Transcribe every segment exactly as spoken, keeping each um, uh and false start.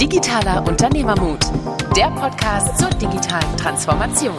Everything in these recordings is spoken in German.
Digitaler Unternehmermut, der Podcast zur digitalen Transformation.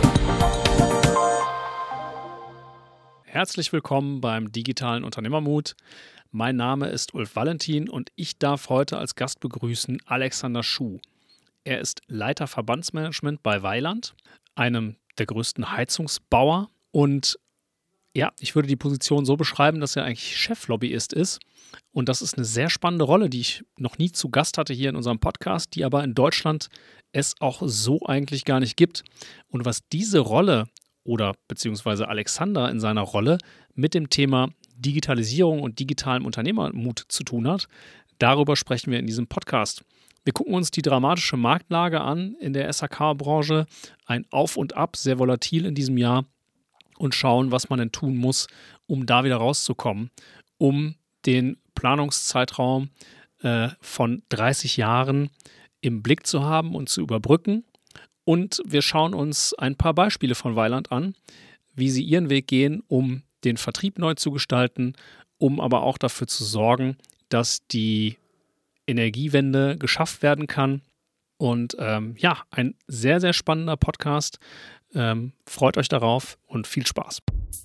Herzlich willkommen beim Digitalen Unternehmermut. Mein Name ist Ulf Valentin und ich darf heute als Gast begrüßen Alexander Schuh. Er ist Leiter Verbandsmanagement bei Vaillant, einem der größten Heizungsbauer. Und ja, ich würde die Position so beschreiben, dass er eigentlich Cheflobbyist ist. Und das ist eine sehr spannende Rolle, die ich noch nie zu Gast hatte hier in unserem Podcast, die aber in Deutschland es auch so eigentlich gar nicht gibt. Und was diese Rolle oder beziehungsweise Alexander in seiner Rolle mit dem Thema Digitalisierung und digitalem Unternehmermut zu tun hat, darüber sprechen wir in diesem Podcast. Wir gucken uns die dramatische Marktlage an in der S A K-Branche, ein Auf und Ab, sehr volatil in diesem Jahr, und schauen, was man denn tun muss, um da wieder rauszukommen, um den Planungszeitraum äh, von dreißig Jahren im Blick zu haben und zu überbrücken. Und wir schauen uns ein paar Beispiele von Vaillant an, wie sie ihren Weg gehen, um den Vertrieb neu zu gestalten, um aber auch dafür zu sorgen, dass die Energiewende geschafft werden kann. Und ähm, ja, ein sehr, sehr spannender Podcast. Ähm, freut euch darauf und viel Spaß.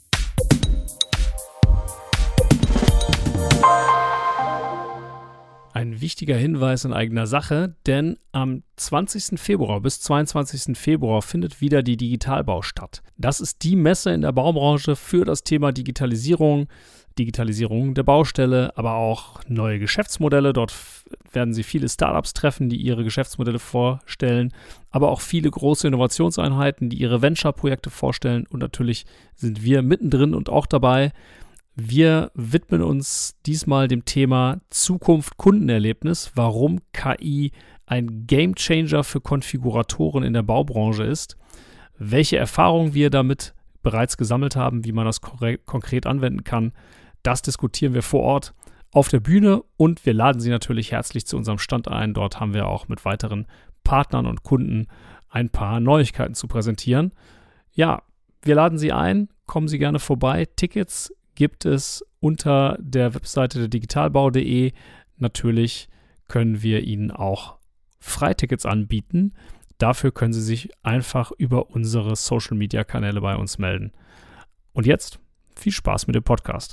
Ein wichtiger Hinweis in eigener Sache, denn am zwanzigsten Februar bis zweiundzwanzigsten Februar findet wieder die Digitalbau statt. Das ist die Messe in der Baubranche für das Thema Digitalisierung, Digitalisierung der Baustelle, aber auch neue Geschäftsmodelle. Dort werden Sie viele Startups treffen, die ihre Geschäftsmodelle vorstellen, aber auch viele große Innovationseinheiten, die ihre Venture-Projekte vorstellen. Und natürlich sind wir mittendrin und auch dabei. Wir widmen uns diesmal dem Thema Zukunft Kundenerlebnis, warum K I ein Gamechanger für Konfiguratoren in der Baubranche ist, welche Erfahrungen wir damit bereits gesammelt haben, wie man das korrekt, konkret anwenden kann. Das diskutieren wir vor Ort auf der Bühne und wir laden Sie natürlich herzlich zu unserem Stand ein. Dort haben wir auch mit weiteren Partnern und Kunden ein paar Neuigkeiten zu präsentieren. Ja, wir laden Sie ein, kommen Sie gerne vorbei. Tickets gibt es unter der Webseite der digitalbau punkt de. Natürlich können wir Ihnen auch Freitickets anbieten. Dafür können Sie sich einfach über unsere Social-Media-Kanäle bei uns melden. Und jetzt viel Spaß mit dem Podcast.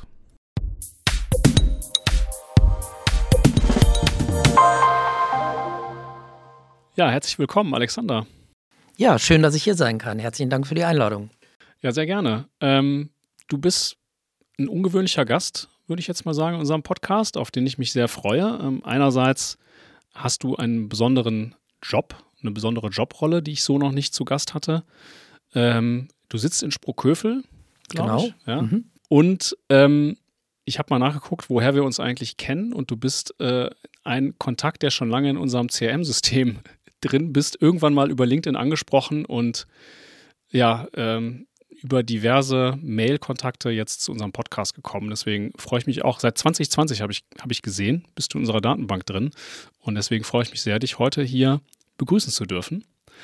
Ja, herzlich willkommen, Alexander. Ja, schön, dass ich hier sein kann. Herzlichen Dank für die Einladung. Ja, sehr gerne. Ähm, du bist ein ungewöhnlicher Gast, würde ich jetzt mal sagen, in unserem Podcast, auf den ich mich sehr freue. Ähm, einerseits hast du einen besonderen Job, eine besondere Jobrolle, die ich so noch nicht zu Gast hatte. Ähm, du sitzt in Sprockhövel, glaube Genau. ich. Ja? Mhm. Und ähm, ich habe mal nachgeguckt, woher wir uns eigentlich kennen. Und du bist äh, ein Kontakt, der schon lange in unserem C R M-System drin bist, irgendwann mal über LinkedIn angesprochen und ja, ähm, über diverse Mail-Kontakte jetzt zu unserem Podcast gekommen. Deswegen freue ich mich auch. Seit zwanzig zwanzig habe ich, hab ich gesehen, bist du in unserer Datenbank drin. Und deswegen freue ich mich sehr, dich heute hier begrüßen zu dürfen.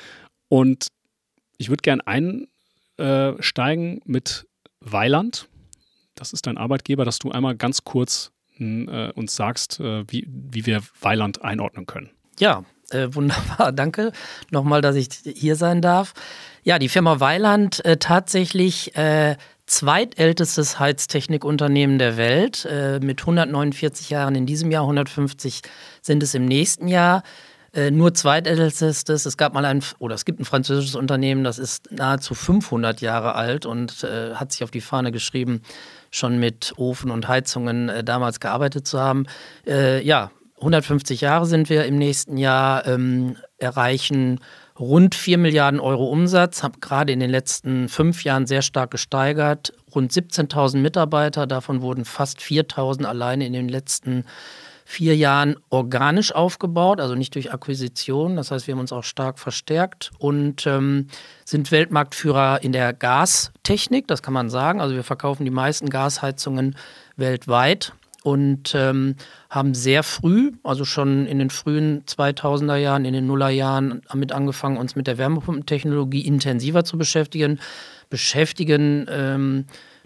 Und ich würde gerne einsteigen mit Vaillant. Das ist dein Arbeitgeber, dass du einmal ganz kurz äh, uns sagst, äh, wie, wie wir Vaillant einordnen können. Ja, äh, wunderbar. Danke nochmal, dass ich hier sein darf. Ja, die Firma Vaillant, äh, tatsächlich äh, zweitältestes Heiztechnikunternehmen der Welt, äh, mit hundertneunundvierzig Jahren in diesem Jahr, hundertfünfzig sind es im nächsten Jahr. Äh, nur zweitältestes. Es gab mal ein, oder es gibt ein französisches Unternehmen, das ist nahezu fünfhundert Jahre alt und äh, hat sich auf die Fahne geschrieben, schon mit Ofen und Heizungen äh, damals gearbeitet zu haben. Äh, ja, hundertfünfzig Jahre sind wir im nächsten Jahr, ähm, erreichen rund vier Milliarden Euro Umsatz, haben gerade in den letzten fünf Jahren sehr stark gesteigert, rund siebzehntausend Mitarbeiter, davon wurden fast viertausend alleine in den letzten vier Jahren organisch aufgebaut, also nicht durch Akquisition. Das heißt, wir haben uns auch stark verstärkt und ähm, sind Weltmarktführer in der Gastechnik, das kann man sagen. Also wir verkaufen die meisten Gasheizungen weltweit und ähm, haben sehr früh, also schon in den frühen zweitausender Jahren, in den Nullerjahren damit angefangen, uns mit der Wärmepumpentechnologie intensiver zu beschäftigen. Beschäftigen ähm,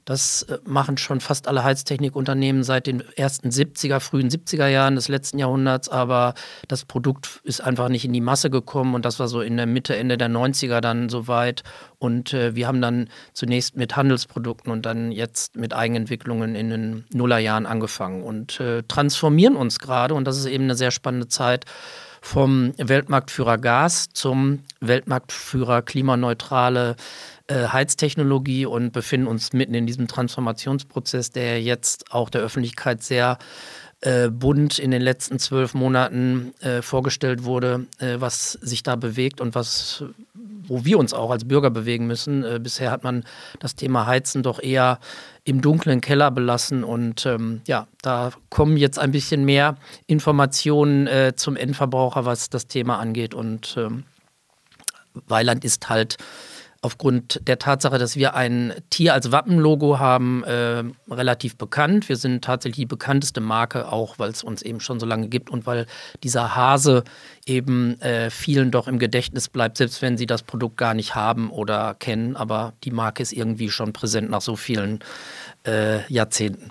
Das machen schon fast alle Heiztechnikunternehmen seit den ersten siebziger, frühen siebziger Jahren des letzten Jahrhunderts, aber das Produkt ist einfach nicht in die Masse gekommen und das war so in der Mitte, Ende der neunziger dann soweit und äh, wir haben dann zunächst mit Handelsprodukten und dann jetzt mit Eigenentwicklungen in den Nullerjahren angefangen und äh, transformieren uns gerade und das ist eben eine sehr spannende Zeit vom Weltmarktführer Gas zum Weltmarktführer klimaneutrale Heiztechnologie und befinden uns mitten in diesem Transformationsprozess, der jetzt auch der Öffentlichkeit sehr äh, bunt in den letzten zwölf Monaten äh, vorgestellt wurde, äh, was sich da bewegt und was, wo wir uns auch als Bürger bewegen müssen. Äh, bisher hat man das Thema Heizen doch eher im dunklen Keller belassen und ähm, ja, da kommen jetzt ein bisschen mehr Informationen äh, zum Endverbraucher, was das Thema angeht und ähm, Weiland ist halt aufgrund der Tatsache, dass wir ein Tier als Wappenlogo haben, äh, relativ bekannt. Wir sind tatsächlich die bekannteste Marke, auch weil es uns eben schon so lange gibt und weil dieser Hase eben äh, vielen doch im Gedächtnis bleibt, selbst wenn sie das Produkt gar nicht haben oder kennen. Aber die Marke ist irgendwie schon präsent nach so vielen äh, Jahrzehnten.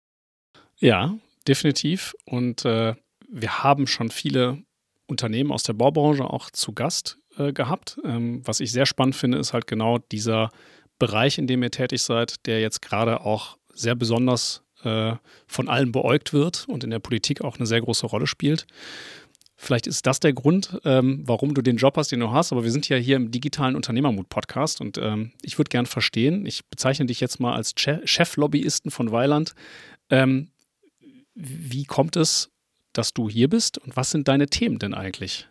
Ja, definitiv. Und äh, wir haben schon viele Unternehmen aus der Baubranche auch zu Gast gehabt. Ähm, was ich sehr spannend finde, ist halt genau dieser Bereich, in dem ihr tätig seid, der jetzt gerade auch sehr besonders äh, von allen beäugt wird und in der Politik auch eine sehr große Rolle spielt. Vielleicht ist das der Grund, ähm, warum du den Job hast, den du hast, aber wir sind ja hier im digitalen Unternehmermut-Podcast und ähm, ich würde gern verstehen, ich bezeichne dich jetzt mal als Che- Cheflobbyisten von Weiland. Ähm, wie kommt es, dass du hier bist und was sind deine Themen denn eigentlich?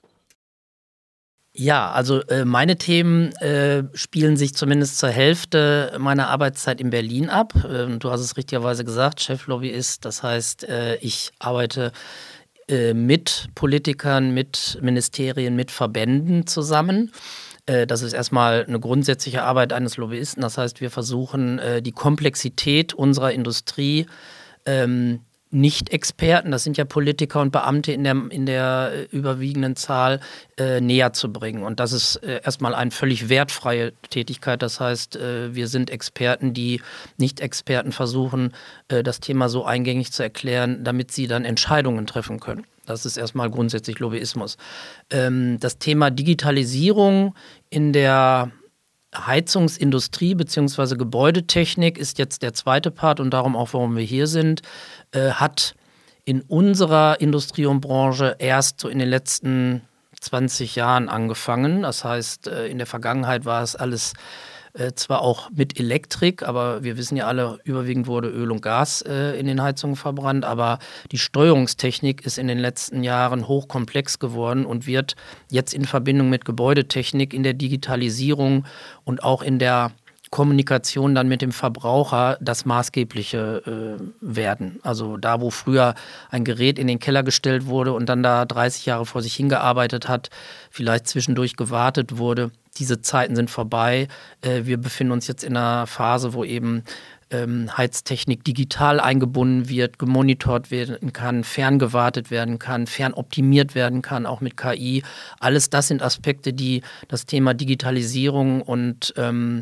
Ja, also äh, meine Themen äh, spielen sich zumindest zur Hälfte meiner Arbeitszeit in Berlin ab. Ähm, du hast es richtigerweise gesagt, Cheflobbyist. Das heißt, äh, ich arbeite äh, mit Politikern, mit Ministerien, mit Verbänden zusammen. Äh, das ist erstmal eine grundsätzliche Arbeit eines Lobbyisten. Das heißt, wir versuchen, äh, die Komplexität unserer Industrie ähm, Nicht-Experten, das sind ja Politiker und Beamte in der, in der äh, überwiegenden Zahl, äh, näher zu bringen. Und das ist äh, erstmal eine völlig wertfreie Tätigkeit. Das heißt, äh, wir sind Experten, die Nicht-Experten versuchen, äh, das Thema so eingängig zu erklären, damit sie dann Entscheidungen treffen können. Das ist erstmal grundsätzlich Lobbyismus. Ähm, das Thema Digitalisierung in der Heizungsindustrie bzw. Gebäudetechnik ist jetzt der zweite Part und darum auch, warum wir hier sind, äh, hat in unserer Industrie und Branche erst so in den letzten zwanzig Jahren angefangen. Das heißt, äh, in der Vergangenheit war es alles äh, zwar auch mit Elektrik, aber wir wissen ja alle, überwiegend wurde Öl und Gas äh, in den Heizungen verbrannt, aber die Steuerungstechnik ist in den letzten Jahren hochkomplex geworden und wird jetzt in Verbindung mit Gebäudetechnik in der Digitalisierung und auch in der Kommunikation dann mit dem Verbraucher das Maßgebliche äh, werden. Also da, wo früher ein Gerät in den Keller gestellt wurde und dann da dreißig Jahre vor sich hingearbeitet hat, vielleicht zwischendurch gewartet wurde, diese Zeiten sind vorbei. Äh, wir befinden uns jetzt in einer Phase, wo eben ähm, Heiztechnik digital eingebunden wird, gemonitort werden kann, ferngewartet werden kann, fernoptimiert werden kann, auch mit K I. Alles das sind Aspekte, die das Thema Digitalisierung und ähm,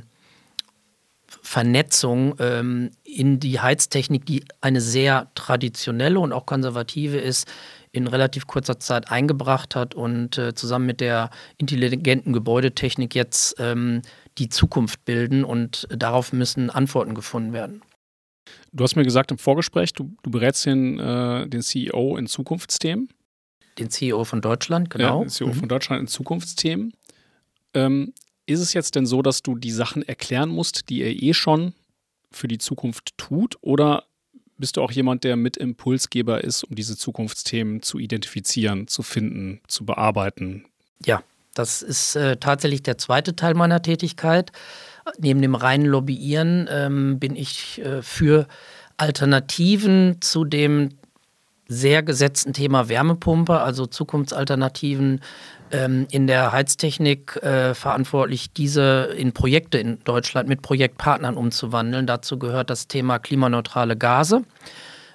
Vernetzung ähm, in die Heiztechnik, die eine sehr traditionelle und auch konservative ist, in relativ kurzer Zeit eingebracht hat und äh, zusammen mit der intelligenten Gebäudetechnik jetzt ähm, die Zukunft bilden und darauf müssen Antworten gefunden werden. Du hast mir gesagt im Vorgespräch, du, du berätst den, äh, den C E O in Zukunftsthemen. Den C E O von Deutschland, genau. Ja, den C E O mhm. von Deutschland in Zukunftsthemen. Ähm, Ist es jetzt denn so, dass du die Sachen erklären musst, die er eh schon für die Zukunft tut? Oder bist du auch jemand, der mit Impulsgeber ist, um diese Zukunftsthemen zu identifizieren, zu finden, zu bearbeiten? Ja, das ist äh, tatsächlich der zweite Teil meiner Tätigkeit. Neben dem reinen Lobbyieren ähm, bin ich äh, für Alternativen zu dem sehr gesetzten Thema Wärmepumpe, also Zukunftsalternativen ähm, in der Heiztechnik äh, verantwortlich, diese in Projekte in Deutschland mit Projektpartnern umzuwandeln. Dazu gehört das Thema klimaneutrale Gase.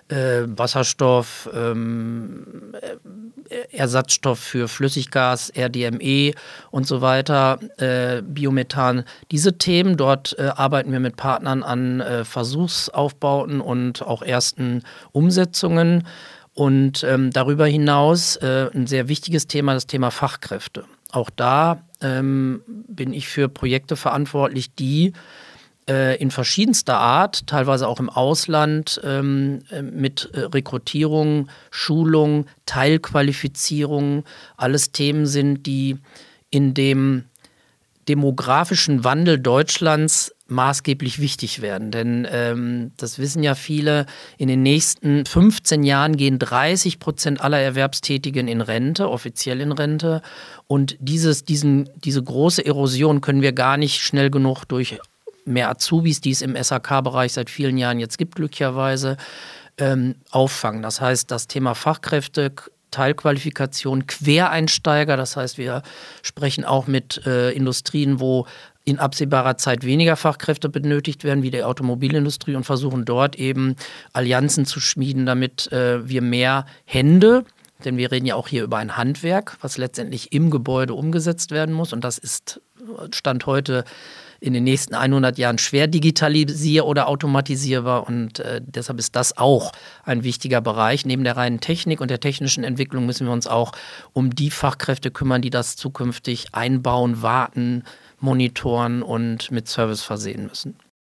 äh, Wasserstoff, ähm, Ersatzstoff für Flüssiggas, R D M E und so weiter, äh, Biomethan. Diese Themen, dort äh, arbeiten wir mit Partnern an äh, Versuchsaufbauten und auch ersten Umsetzungen. Und ähm, darüber hinaus äh, ein sehr wichtiges Thema, das Thema Fachkräfte. Auch da ähm, bin ich für Projekte verantwortlich, die äh, in verschiedenster Art, teilweise auch im Ausland, ähm, mit äh, Rekrutierung, Schulung, Teilqualifizierung, alles Themen sind, die in dem demografischen Wandel Deutschlands maßgeblich wichtig werden. Denn ähm, das wissen ja viele, in den nächsten fünfzehn Jahren gehen dreißig Prozent aller Erwerbstätigen in Rente, offiziell in Rente. Und dieses, diesen, diese große Erosion können wir gar nicht schnell genug durch mehr Azubis, die es im S A K-Bereich seit vielen Jahren jetzt gibt, glücklicherweise, ähm, auffangen. Das heißt, das Thema Fachkräfte, Teilqualifikation, Quereinsteiger, das heißt, wir sprechen auch mit äh, Industrien, wo in absehbarer Zeit weniger Fachkräfte benötigt werden, wie der Automobilindustrie, und versuchen dort eben Allianzen zu schmieden, damit äh, wir mehr Hände, denn wir reden ja auch hier über ein Handwerk, was letztendlich im Gebäude umgesetzt werden muss, und das ist Stand heute in den nächsten hundert Jahren schwer digitalisierbar oder automatisierbar, und äh, deshalb ist das auch ein wichtiger Bereich. Neben der reinen Technik und der technischen Entwicklung müssen wir uns auch um die Fachkräfte kümmern, die das zukünftig einbauen, warten, monitoren und mit Service versehen müssen.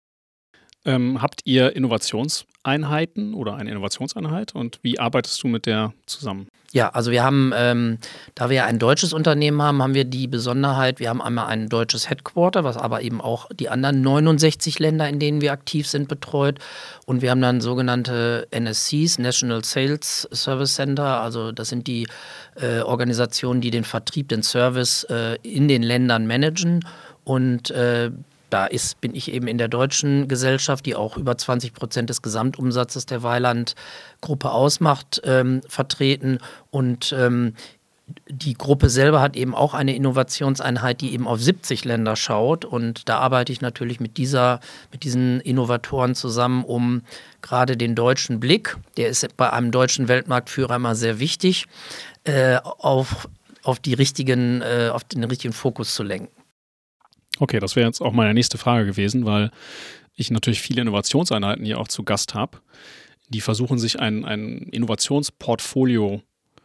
Ähm, habt ihr Innovationseinheiten oder eine Innovationseinheit, und wie arbeitest du mit der zusammen? Ja, also wir haben, ähm, da wir ja ein deutsches Unternehmen haben, haben wir die Besonderheit, wir haben einmal ein deutsches Headquarter, was aber eben auch die anderen neunundsechzig Länder, in denen wir aktiv sind, betreut. Und wir haben dann sogenannte N S Cs, National Sales Service Center, also das sind die äh, Organisationen, die den Vertrieb, den Service äh, in den Ländern managen. Und äh, Da ist, bin ich eben in der deutschen Gesellschaft, die auch über zwanzig Prozent des Gesamtumsatzes der Weiland-Gruppe ausmacht, ähm, vertreten. Und ähm, die Gruppe selber hat eben auch eine Innovationseinheit, die eben auf siebzig Länder schaut. Und da arbeite ich natürlich mit, dieser, mit diesen Innovatoren zusammen, um gerade den deutschen Blick, der ist bei einem deutschen Weltmarktführer immer sehr wichtig, äh, auf, auf, die richtigen, äh, auf den richtigen Fokus zu lenken. Okay, das wäre jetzt auch meine nächste Frage gewesen, weil ich natürlich viele Innovationseinheiten hier auch zu Gast habe, die versuchen, sich ein, ein Innovationsportfolio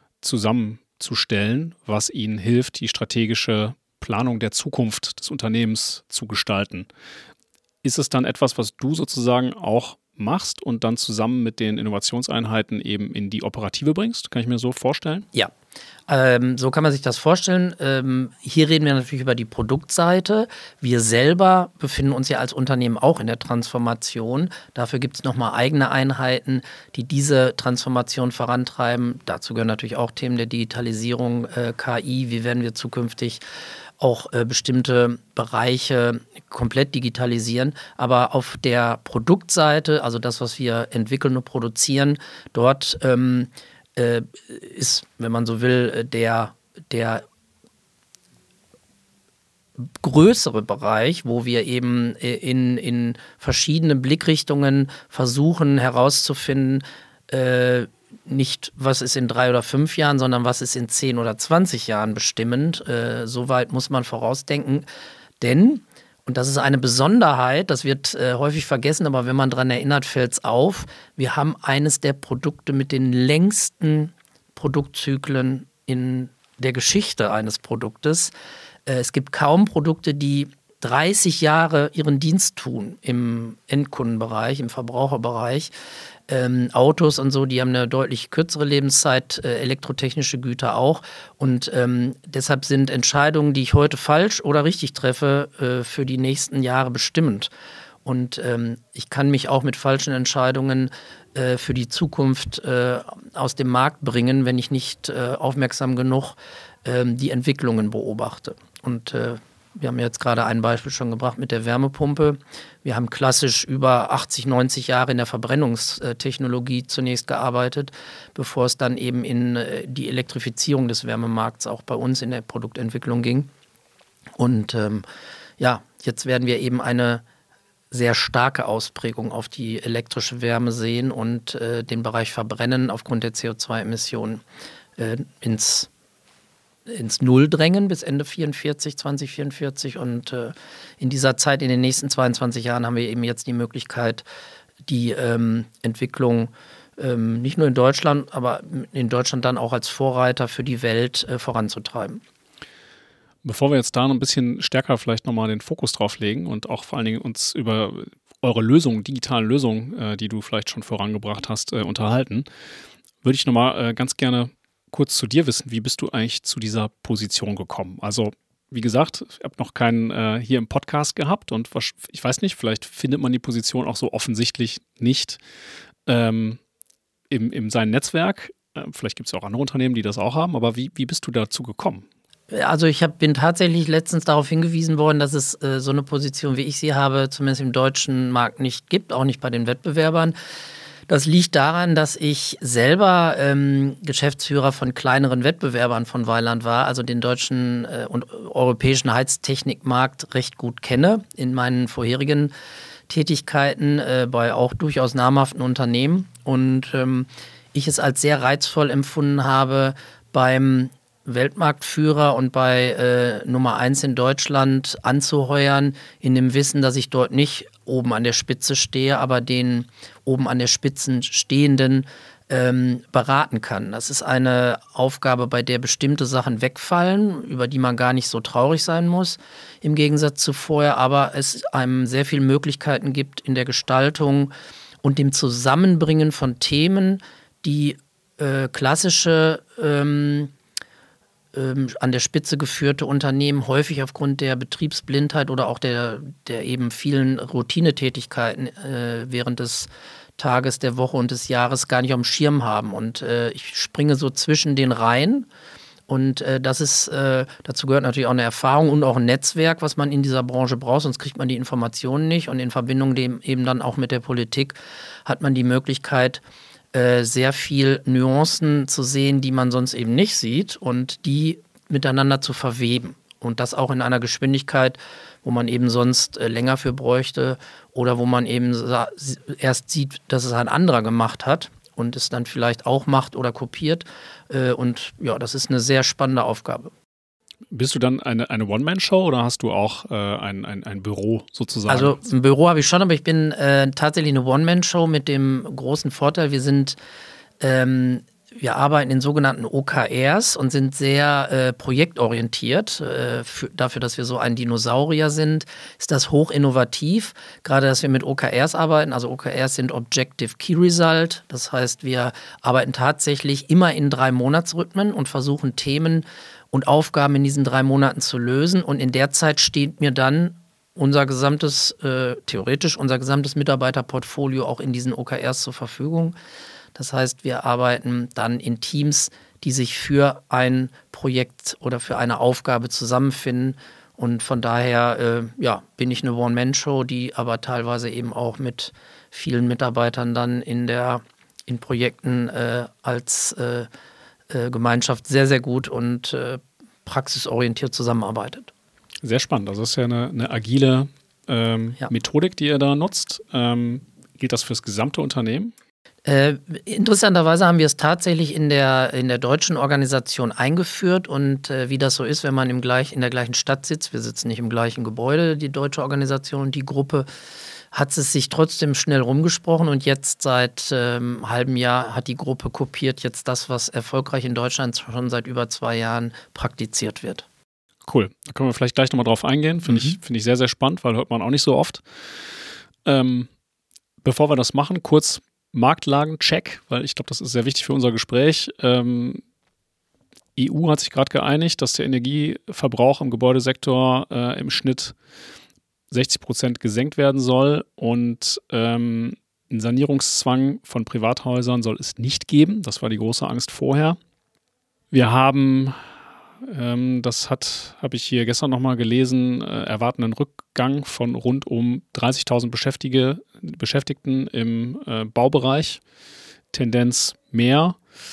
zusammenzustellen, was ihnen hilft, die strategische Planung der Zukunft des Unternehmens zu gestalten. Ist es dann etwas, was du sozusagen auch machst und dann zusammen mit den Innovationseinheiten eben in die Operative bringst? Kann ich mir so vorstellen? Ja, ähm, so kann man sich das vorstellen. Ähm, hier reden wir natürlich über die Produktseite. Wir selber befinden uns ja als Unternehmen auch in der Transformation. Dafür gibt es nochmal eigene Einheiten, die diese Transformation vorantreiben. Dazu gehören natürlich auch Themen der Digitalisierung, äh, K I. Wie werden wir zukünftig auch äh, bestimmte Bereiche komplett digitalisieren. Aber auf der Produktseite, also das, was wir entwickeln und produzieren, dort ähm, äh, ist, wenn man so will, der, der größere Bereich, wo wir eben in, in verschiedenen Blickrichtungen versuchen herauszufinden, äh, nicht, was ist in drei oder fünf Jahren, sondern was ist in zehn oder zwanzig Jahren bestimmend. Äh, Soweit muss man vorausdenken. Denn, und das ist eine Besonderheit, das wird äh, häufig vergessen, aber wenn man daran erinnert, fällt es auf, wir haben eines der Produkte mit den längsten Produktzyklen in der Geschichte eines Produktes. Äh, es gibt kaum Produkte, die dreißig Jahre ihren Dienst tun im Endkundenbereich, im Verbraucherbereich. Ähm, Autos und so, die haben eine deutlich kürzere Lebenszeit, äh, elektrotechnische Güter auch. Und ähm, deshalb sind Entscheidungen, die ich heute falsch oder richtig treffe, äh, für die nächsten Jahre bestimmend. Und ähm, ich kann mich auch mit falschen Entscheidungen äh, für die Zukunft äh, aus dem Markt bringen, wenn ich nicht äh, aufmerksam genug äh, die Entwicklungen beobachte. Und äh, wir haben jetzt gerade ein Beispiel schon gebracht mit der Wärmepumpe. Wir haben klassisch über achtzig, neunzig Jahre in der Verbrennungstechnologie zunächst gearbeitet, bevor es dann eben in die Elektrifizierung des Wärmemarkts auch bei uns in der Produktentwicklung ging. Und ähm, ja, jetzt werden wir eben eine sehr starke Ausprägung auf die elektrische Wärme sehen und äh, den Bereich Verbrennen aufgrund der C O zwei Emissionen äh, ins, ins Null drängen bis Ende vierundvierzig, zwanzig vierundvierzig. Und äh, in dieser Zeit, in den nächsten zweiundzwanzig Jahren, haben wir eben jetzt die Möglichkeit, die ähm, Entwicklung ähm, nicht nur in Deutschland, aber in Deutschland dann auch als Vorreiter für die Welt äh, voranzutreiben. Bevor wir jetzt da noch ein bisschen stärker vielleicht nochmal den Fokus drauf legen und auch vor allen Dingen uns über eure Lösungen, digitalen Lösungen, äh, die du vielleicht schon vorangebracht hast, äh, unterhalten, würde ich nochmal äh, ganz gerne kurz zu dir wissen, wie bist du eigentlich zu dieser Position gekommen? Also wie gesagt, ich habe noch keinen äh, hier im Podcast gehabt und was, ich weiß nicht, vielleicht findet man die Position auch so offensichtlich nicht ähm, im, in seinem Netzwerk. Äh, vielleicht gibt es ja auch andere Unternehmen, die das auch haben, aber wie, wie bist du dazu gekommen? Also ich hab, bin tatsächlich letztens darauf hingewiesen worden, dass es äh, so eine Position, wie ich sie habe, zumindest im deutschen Markt nicht gibt, auch nicht bei den Wettbewerbern. Das liegt daran, dass ich selber ähm, Geschäftsführer von kleineren Wettbewerbern von Vaillant war, also den deutschen äh, und europäischen Heiztechnikmarkt recht gut kenne in meinen vorherigen Tätigkeiten äh, bei auch durchaus namhaften Unternehmen. Und ähm, ich es als sehr reizvoll empfunden habe, beim Weltmarktführer und bei äh, Nummer eins in Deutschland anzuheuern, in dem Wissen, dass ich dort nicht oben an der Spitze stehe, aber den oben an der Spitze stehenden ähm, beraten kann. Das ist eine Aufgabe, bei der bestimmte Sachen wegfallen, über die man gar nicht so traurig sein muss, im Gegensatz zu vorher, aber es einem sehr viele Möglichkeiten gibt in der Gestaltung und dem Zusammenbringen von Themen, die äh, klassische ähm, an der Spitze geführte Unternehmen häufig aufgrund der Betriebsblindheit oder auch der, der eben vielen Routinetätigkeiten äh, während des Tages, der Woche und des Jahres gar nicht auf dem Schirm haben. Und äh, ich springe so zwischen den Reihen. Und äh, das ist, äh, dazu gehört natürlich auch eine Erfahrung und auch ein Netzwerk, was man in dieser Branche braucht, sonst kriegt man die Informationen nicht. Und in Verbindung dem eben dann auch mit der Politik hat man die Möglichkeit, Äh, sehr viel Nuancen zu sehen, die man sonst eben nicht sieht und die miteinander zu verweben. Und das auch in einer Geschwindigkeit, wo man eben sonst äh, länger für bräuchte oder wo man eben sa- erst sieht, dass es ein anderer gemacht hat und es dann vielleicht auch macht oder kopiert. Äh, und ja, das ist eine sehr spannende Aufgabe. Bist du dann eine, eine One-Man-Show oder hast du auch äh, ein, ein, ein Büro sozusagen? Also ein Büro habe ich schon, aber ich bin äh, tatsächlich eine One-Man-Show mit dem großen Vorteil, wir sind, ähm, wir arbeiten in sogenannten O K Rs und sind sehr äh, projektorientiert. Äh, für, dafür, dass wir so ein Dinosaurier sind, ist das hoch innovativ. Gerade, dass wir mit O K Rs arbeiten, also O K Rs sind Objective Key Result. Das heißt, wir arbeiten tatsächlich immer in drei Monatsrhythmen und versuchen Themen und Aufgaben in diesen drei Monaten zu lösen. Und in der Zeit steht mir dann unser gesamtes, äh, theoretisch unser gesamtes Mitarbeiterportfolio auch in diesen O K Rs zur Verfügung. Das heißt, wir arbeiten dann in Teams, die sich für ein Projekt oder für eine Aufgabe zusammenfinden. Und von daher äh, ja, bin ich eine One-Man-Show, die aber teilweise eben auch mit vielen Mitarbeitern dann in, der, in Projekten äh, als äh, Gemeinschaft sehr, sehr gut und äh, praxisorientiert zusammenarbeitet. Sehr spannend. Also das ist ja eine, eine agile ähm, ja. Methodik, die ihr da nutzt. Ähm, gilt das fürs gesamte Unternehmen? Äh, interessanterweise haben wir es tatsächlich in der, in der deutschen Organisation eingeführt und äh, wie das so ist, wenn man im gleich, in der gleichen Stadt sitzt, wir sitzen nicht im gleichen Gebäude, die deutsche Organisation und die Gruppe, hat es sich trotzdem schnell rumgesprochen und jetzt seit ähm, einem halben Jahr hat die Gruppe kopiert jetzt das, was erfolgreich in Deutschland schon seit über zwei Jahren praktiziert wird. Cool, da können wir vielleicht gleich nochmal drauf eingehen. Finde mhm. ich, find ich sehr, sehr spannend, weil hört man auch nicht so oft. Ähm, bevor wir das machen, kurz Marktlagencheck, weil ich glaube, das ist sehr wichtig für unser Gespräch. Ähm, E U hat sich gerade geeinigt, dass der Energieverbrauch im Gebäudesektor äh, im Schnitt sechzig Prozent gesenkt werden soll und ähm, einen Sanierungszwang von Privathäusern soll es nicht geben. Das war die große Angst vorher. Wir haben, ähm, das hat habe ich hier gestern nochmal gelesen, äh, erwarten einen Rückgang von rund um dreißigtausend Beschäftigte, Beschäftigten im äh, Baubereich. Tendenz mehr.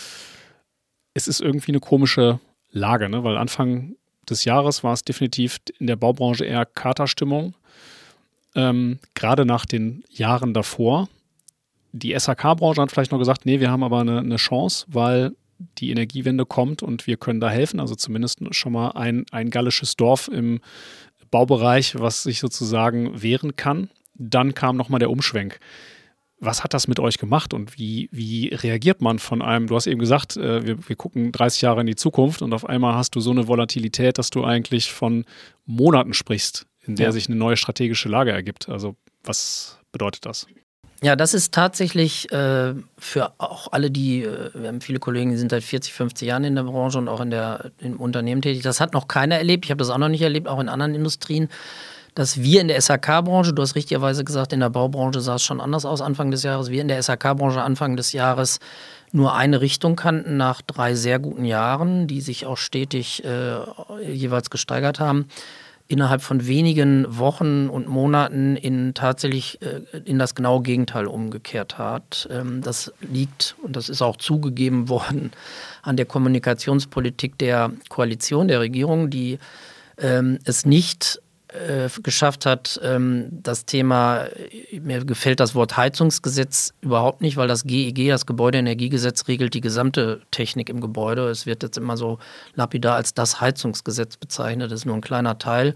Es ist irgendwie eine komische Lage, ne? Weil Anfang des Jahres war es definitiv in der Baubranche eher Katerstimmung. ähm, gerade nach den Jahren davor. Die S H K-Branche hat vielleicht noch gesagt, nee, wir haben aber eine, eine Chance, weil die Energiewende kommt und wir können da helfen. Also zumindest schon mal ein, ein gallisches Dorf im Baubereich, was sich sozusagen wehren kann. Dann kam nochmal der Umschwenk. Was hat das mit euch gemacht und wie, wie reagiert man von einem, du hast eben gesagt, äh, wir, wir gucken dreißig Jahre in die Zukunft und auf einmal hast du so eine Volatilität, dass du eigentlich von Monaten sprichst, in der ja. sich eine neue strategische Lage ergibt. Also was bedeutet das? Ja, das ist tatsächlich äh, für auch alle, die, äh, wir haben viele Kollegen, die sind seit vierzig, fünfzig Jahren in der Branche und auch in der, im Unternehmen tätig. Das hat noch keiner erlebt, ich habe das auch noch nicht erlebt, auch in anderen Industrien, dass wir in der S H K-Branche, du hast richtigerweise gesagt, in der Baubranche sah es schon anders aus Anfang des Jahres, wir in der S H K-Branche Anfang des Jahres nur eine Richtung kannten nach drei sehr guten Jahren, die sich auch stetig äh, jeweils gesteigert haben, innerhalb von wenigen Wochen und Monaten in tatsächlich äh, in das genaue Gegenteil umgekehrt hat. Ähm, das liegt, und das ist auch zugegeben worden, an der Kommunikationspolitik der Koalition, der Regierung, die ähm, es nicht äh, geschafft hat, ähm, das Thema, mir gefällt das Wort Heizungsgesetz überhaupt nicht, weil das G E G, das Gebäudeenergiegesetz, regelt die gesamte Technik im Gebäude. Es wird jetzt immer so lapidar als das Heizungsgesetz bezeichnet. Das ist nur ein kleiner Teil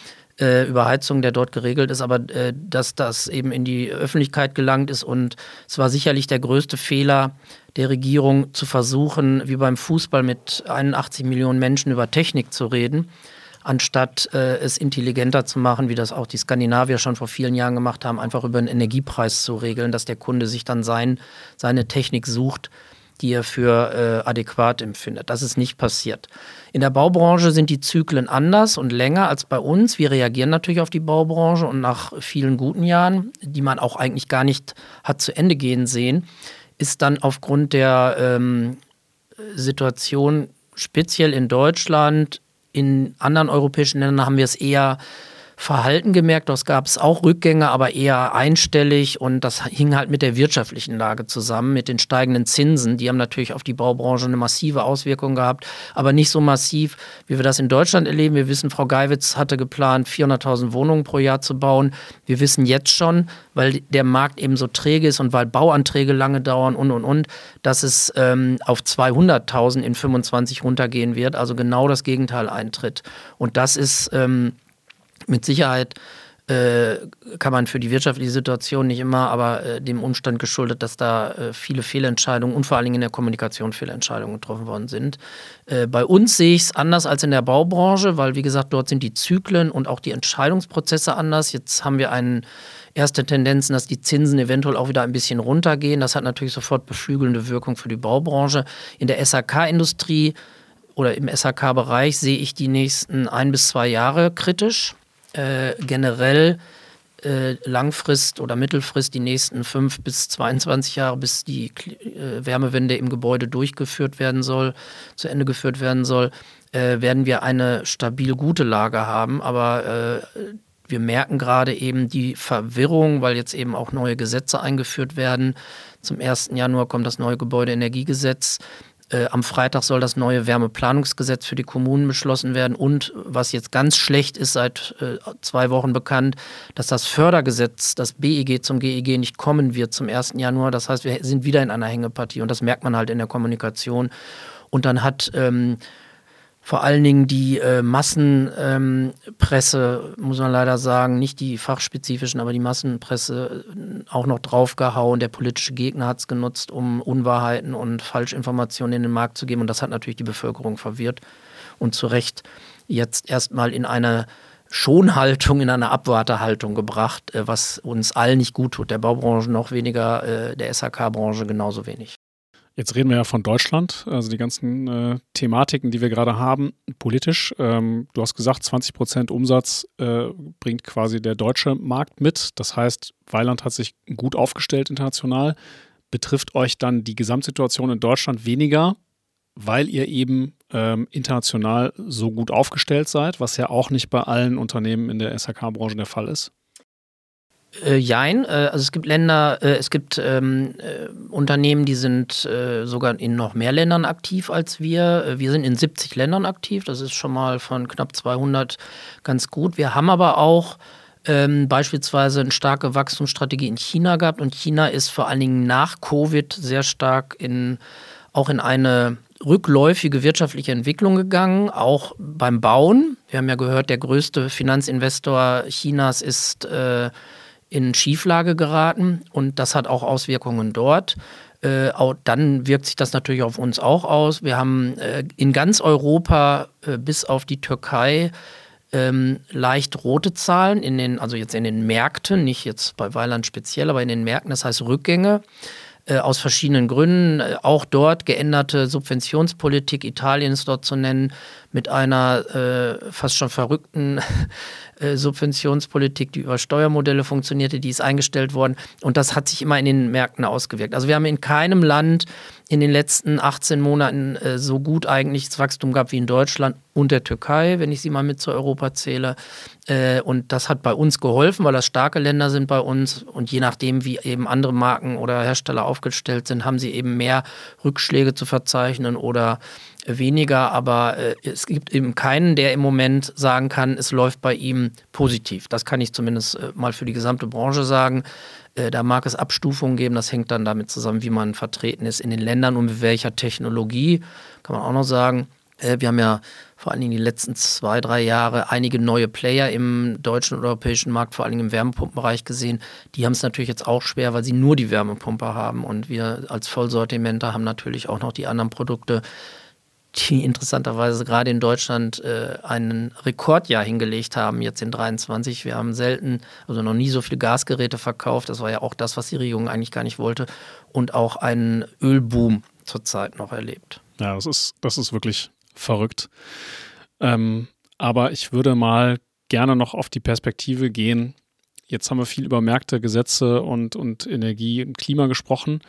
äh, über Heizung, der dort geregelt ist, aber äh, dass das eben in die Öffentlichkeit gelangt ist, und es war sicherlich der größte Fehler der Regierung, zu versuchen, wie beim Fußball mit einundachtzig Millionen Menschen über Technik zu reden, anstatt äh, es intelligenter zu machen, wie das auch die Skandinavier schon vor vielen Jahren gemacht haben, einfach über einen Energiepreis zu regeln, dass der Kunde sich dann sein, seine Technik sucht, die er für äh, adäquat empfindet. Das ist nicht passiert. In der Baubranche sind die Zyklen anders und länger als bei uns. Wir reagieren natürlich auf die Baubranche, und nach vielen guten Jahren, die man auch eigentlich gar nicht hat zu Ende gehen sehen, ist dann aufgrund der ähm, Situation speziell in Deutschland, in anderen europäischen Ländern haben wir es eher verhalten gemerkt. Dort gab es auch Rückgänge, aber eher einstellig, und das hing halt mit der wirtschaftlichen Lage zusammen, mit den steigenden Zinsen. Die haben natürlich auf die Baubranche eine massive Auswirkung gehabt, aber nicht so massiv, wie wir das in Deutschland erleben. Wir wissen, Frau Geiwitz hatte geplant, vierhunderttausend Wohnungen pro Jahr zu bauen. Wir wissen jetzt schon, weil der Markt eben so träge ist und weil Bauanträge lange dauern und, und, und, dass es ähm, auf zweihunderttausend in fünfundzwanzig runtergehen wird, also genau das Gegenteil eintritt. Und das ist ähm, mit Sicherheit, äh, kann man für die wirtschaftliche Situation nicht immer, aber äh, dem Umstand geschuldet, dass da äh, viele Fehlentscheidungen und vor allen Dingen in der Kommunikation Fehlentscheidungen getroffen worden sind. Äh, bei uns sehe ich es anders als in der Baubranche, weil, wie gesagt, dort sind die Zyklen und auch die Entscheidungsprozesse anders. Jetzt haben wir einen erste Tendenzen, dass die Zinsen eventuell auch wieder ein bisschen runtergehen. Das hat natürlich sofort beflügelnde Wirkung für die Baubranche. In der S H K-Industrie oder im S H K-Bereich sehe ich die nächsten ein bis zwei Jahre kritisch. Äh, generell äh, Langfrist oder Mittelfrist die nächsten fünf bis zweiundzwanzig Jahre, bis die äh, Wärmewende im Gebäude durchgeführt werden soll, zu Ende geführt werden soll, äh, werden wir eine stabil gute Lage haben. Aber äh, wir merken gerade eben die Verwirrung, weil jetzt eben auch neue Gesetze eingeführt werden. Zum ersten Januar kommt das neue Gebäudeenergiegesetz. Äh, am Freitag soll das neue Wärmeplanungsgesetz für die Kommunen beschlossen werden, und was jetzt ganz schlecht ist, seit äh, zwei Wochen bekannt, dass das Fördergesetz, das B E G zum G E G, nicht kommen wird zum ersten Januar. Das heißt, wir sind wieder in einer Hängepartie, und das merkt man halt in der Kommunikation. Und dann hat ähm, vor allen Dingen die äh, Massenpresse, ähm, muss man leider sagen, nicht die fachspezifischen, aber die Massenpresse äh, auch noch draufgehauen. Der politische Gegner hat es genutzt, um Unwahrheiten und Falschinformationen in den Markt zu geben. Und das hat natürlich die Bevölkerung verwirrt und zu Recht jetzt erstmal in eine Schonhaltung, in eine Abwartehaltung gebracht, äh, was uns allen nicht gut tut. Der Baubranche noch weniger, äh, der S H K-Branche genauso wenig. Jetzt reden wir ja von Deutschland, also die ganzen äh, Thematiken, die wir gerade haben, politisch. Ähm, du hast gesagt, zwanzig Prozent Umsatz äh, bringt quasi der deutsche Markt mit. Das heißt, Vaillant hat sich gut aufgestellt international. Betrifft euch dann die Gesamtsituation in Deutschland weniger, weil ihr eben ähm, international so gut aufgestellt seid, was ja auch nicht bei allen Unternehmen in der S H K-Branche der Fall ist? Äh, jein, äh, also es gibt Länder, äh, es gibt ähm, äh, Unternehmen, die sind äh, sogar in noch mehr Ländern aktiv als wir. Äh, wir sind in siebzig Ländern aktiv, das ist schon mal von knapp zweihundert ganz gut. Wir haben aber auch ähm, beispielsweise eine starke Wachstumsstrategie in China gehabt. Und China ist vor allen Dingen nach Covid sehr stark in, auch in eine rückläufige wirtschaftliche Entwicklung gegangen, auch beim Bauen. Wir haben ja gehört, der größte Finanzinvestor Chinas ist äh, in Schieflage geraten und das hat auch Auswirkungen dort. Äh, auch dann wirkt sich das natürlich auf uns auch aus. Wir haben äh, in ganz Europa äh, bis auf die Türkei ähm, leicht rote Zahlen, in den, also jetzt in den Märkten, nicht jetzt bei Weiland speziell, aber in den Märkten, das heißt Rückgänge. Aus verschiedenen Gründen, auch dort geänderte Subventionspolitik, Italien ist dort zu nennen, mit einer äh, fast schon verrückten äh, Subventionspolitik, die über Steuermodelle funktionierte, die ist eingestellt worden und das hat sich immer in den Märkten ausgewirkt. Also wir haben in keinem Land in den letzten achtzehn Monaten äh, so gut eigentlich das Wachstum gehabt wie in Deutschland und der Türkei, wenn ich sie mal mit zu Europa zähle. Äh, und das hat bei uns geholfen, weil das starke Länder sind bei uns und je nachdem, wie eben andere Marken oder Hersteller aufgestellt sind, haben sie eben mehr Rückschläge zu verzeichnen oder weniger, aber äh, es gibt eben keinen, der im Moment sagen kann, es läuft bei ihm positiv. Das kann ich zumindest äh, mal für die gesamte Branche sagen. Äh, da mag es Abstufungen geben, das hängt dann damit zusammen, wie man vertreten ist in den Ländern und mit welcher Technologie, kann man auch noch sagen. Äh, wir haben ja vor allen Dingen die letzten zwei, drei Jahre einige neue Player im deutschen und europäischen Markt, vor allen Dingen im Wärmepumpenbereich gesehen. Die haben es natürlich jetzt auch schwer, weil sie nur die Wärmepumpe haben und wir als Vollsortimenter haben natürlich auch noch die anderen Produkte, die interessanterweise gerade in Deutschland äh, einen Rekordjahr hingelegt haben, jetzt in dreiundzwanzig. Wir haben selten, also noch nie so viele Gasgeräte verkauft. Das war ja auch das, was die Regierung eigentlich gar nicht wollte. Und auch einen Ölboom zurzeit noch erlebt. Ja, das ist, das ist wirklich verrückt. Ähm, aber ich würde mal gerne noch auf die Perspektive gehen. Jetzt haben wir viel über Märkte, Gesetze und, und Energie und Klima gesprochen.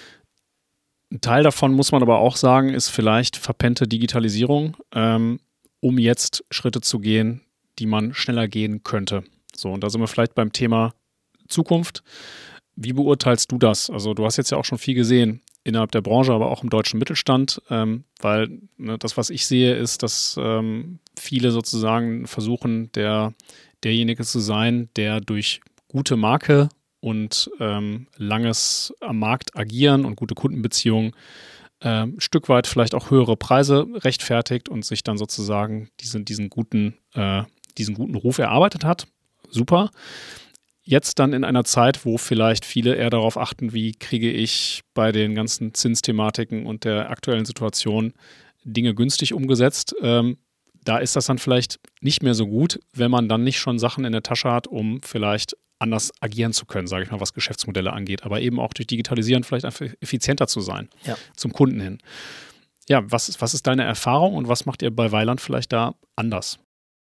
Ein Teil davon, muss man aber auch sagen, ist vielleicht verpennte Digitalisierung, ähm, um jetzt Schritte zu gehen, die man schneller gehen könnte. So, und da sind wir vielleicht beim Thema Zukunft. Wie beurteilst du das? Also du hast jetzt ja auch schon viel gesehen innerhalb der Branche, aber auch im deutschen Mittelstand, ähm, weil ne, das, was ich sehe, ist, dass ähm, viele sozusagen versuchen, der, derjenige zu sein, der durch gute Marke und ähm, langes am Markt agieren und gute Kundenbeziehungen äh, ein Stück weit vielleicht auch höhere Preise rechtfertigt und sich dann sozusagen diesen, diesen, guten, äh, diesen guten Ruf erarbeitet hat. Super. Jetzt dann in einer Zeit, wo vielleicht viele eher darauf achten, wie kriege ich bei den ganzen Zinsthematiken und der aktuellen Situation Dinge günstig umgesetzt. Ähm, da ist das dann vielleicht nicht mehr so gut, wenn man dann nicht schon Sachen in der Tasche hat, um vielleicht anders agieren zu können, sage ich mal, was Geschäftsmodelle angeht, aber eben auch durch Digitalisieren vielleicht einfach effizienter zu sein, ja, zum Kunden hin. Ja, was ist, was ist deine Erfahrung und was macht ihr bei Weiland vielleicht da anders?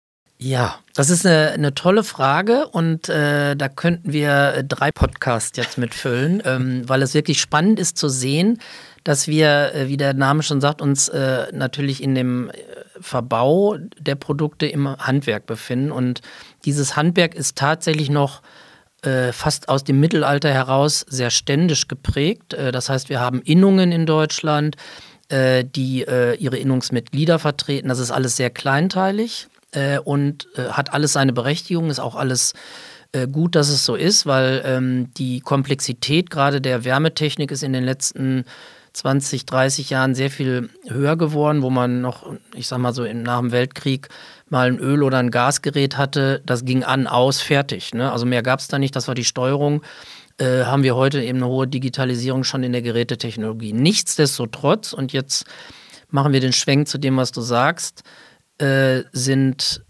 Ja, das ist eine, eine tolle Frage und äh, da könnten wir drei Podcasts jetzt mitfüllen, ähm, weil es wirklich spannend ist zu sehen, dass wir, äh, wie der Name schon sagt, uns äh, natürlich in dem Verbau der Produkte im Handwerk befinden und dieses Handwerk ist tatsächlich noch äh, fast aus dem Mittelalter heraus sehr ständisch geprägt. Äh, das heißt, wir haben Innungen in Deutschland, äh, die äh, ihre Innungsmitglieder vertreten. Das ist alles sehr kleinteilig äh, und äh, hat alles seine Berechtigung, ist auch alles äh, gut, dass es so ist, weil ähm, die Komplexität gerade der Wärmetechnik ist in den letzten zwanzig, dreißig Jahren sehr viel höher geworden, wo man noch, ich sag mal so nach dem Weltkrieg mal ein Öl- oder ein Gasgerät hatte, das ging an, aus, fertig. Ne? Also mehr gab es da nicht, das war die Steuerung. Äh, haben wir heute eben eine hohe Digitalisierung schon in der Gerätetechnologie. Nichtsdestotrotz, und jetzt machen wir den Schwenk zu dem, was du sagst, äh, sind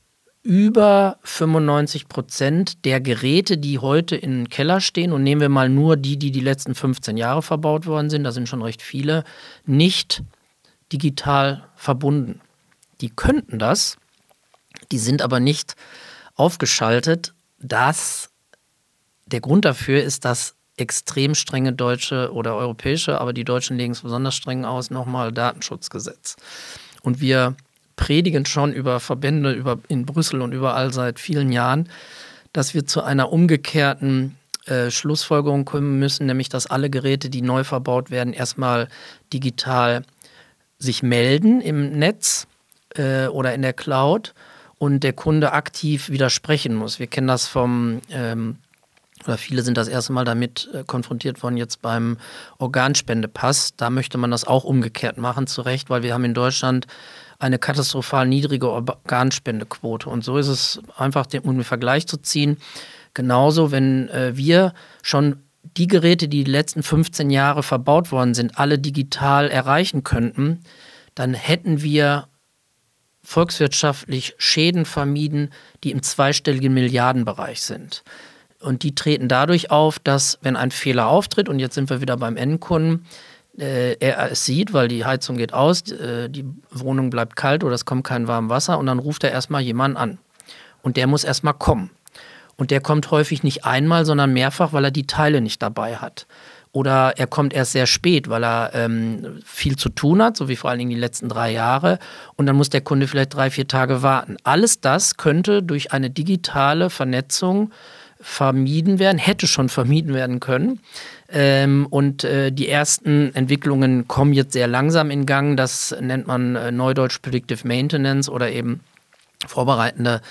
über fünfundneunzig Prozent der Geräte, die heute im Keller stehen, und nehmen wir mal nur die, die die letzten fünfzehn Jahre verbaut worden sind, da sind schon recht viele, nicht digital verbunden. Die könnten das, die sind aber nicht aufgeschaltet. Das, der Grund dafür ist das extrem strenge deutsche oder europäische, aber die Deutschen legen es besonders streng aus, nochmal Datenschutzgesetz. Und wir predigen schon über Verbände über, in Brüssel und überall seit vielen Jahren, dass wir zu einer umgekehrten äh, Schlussfolgerung kommen müssen, nämlich dass alle Geräte, die neu verbaut werden, erstmal digital sich melden im Netz äh, oder in der Cloud und der Kunde aktiv widersprechen muss. Wir kennen das vom, ähm, oder viele sind das erste Mal damit äh, konfrontiert worden, jetzt beim Organspendepass. Da möchte man das auch umgekehrt machen, zu Recht, weil wir haben in Deutschland eine katastrophal niedrige Organspendequote. Und so ist es einfach, um den Vergleich zu ziehen. Genauso, wenn äh, wir schon die Geräte, die die letzten fünfzehn Jahre verbaut worden sind, alle digital erreichen könnten, dann hätten wir volkswirtschaftlich Schäden vermieden, die im zweistelligen Milliardenbereich sind. Und die treten dadurch auf, dass, wenn ein Fehler auftritt, und jetzt sind wir wieder beim Endkunden, äh, er es sieht, weil die Heizung geht aus, äh, die Wohnung bleibt kalt oder es kommt kein warmes Wasser, und dann ruft er erstmal jemanden an. Und der muss erstmal kommen. Und der kommt häufig nicht einmal, sondern mehrfach, weil er die Teile nicht dabei hat. Oder er kommt erst sehr spät, weil er ähm, viel zu tun hat, so wie vor allen Dingen die letzten drei Jahre. Und dann muss der Kunde vielleicht drei, vier Tage warten. Alles das könnte durch eine digitale Vernetzung vermieden werden, hätte schon vermieden werden können. Ähm, und äh, die ersten Entwicklungen kommen jetzt sehr langsam in Gang. Das nennt man äh, Neudeutsch Predictive Maintenance oder eben vorbereitende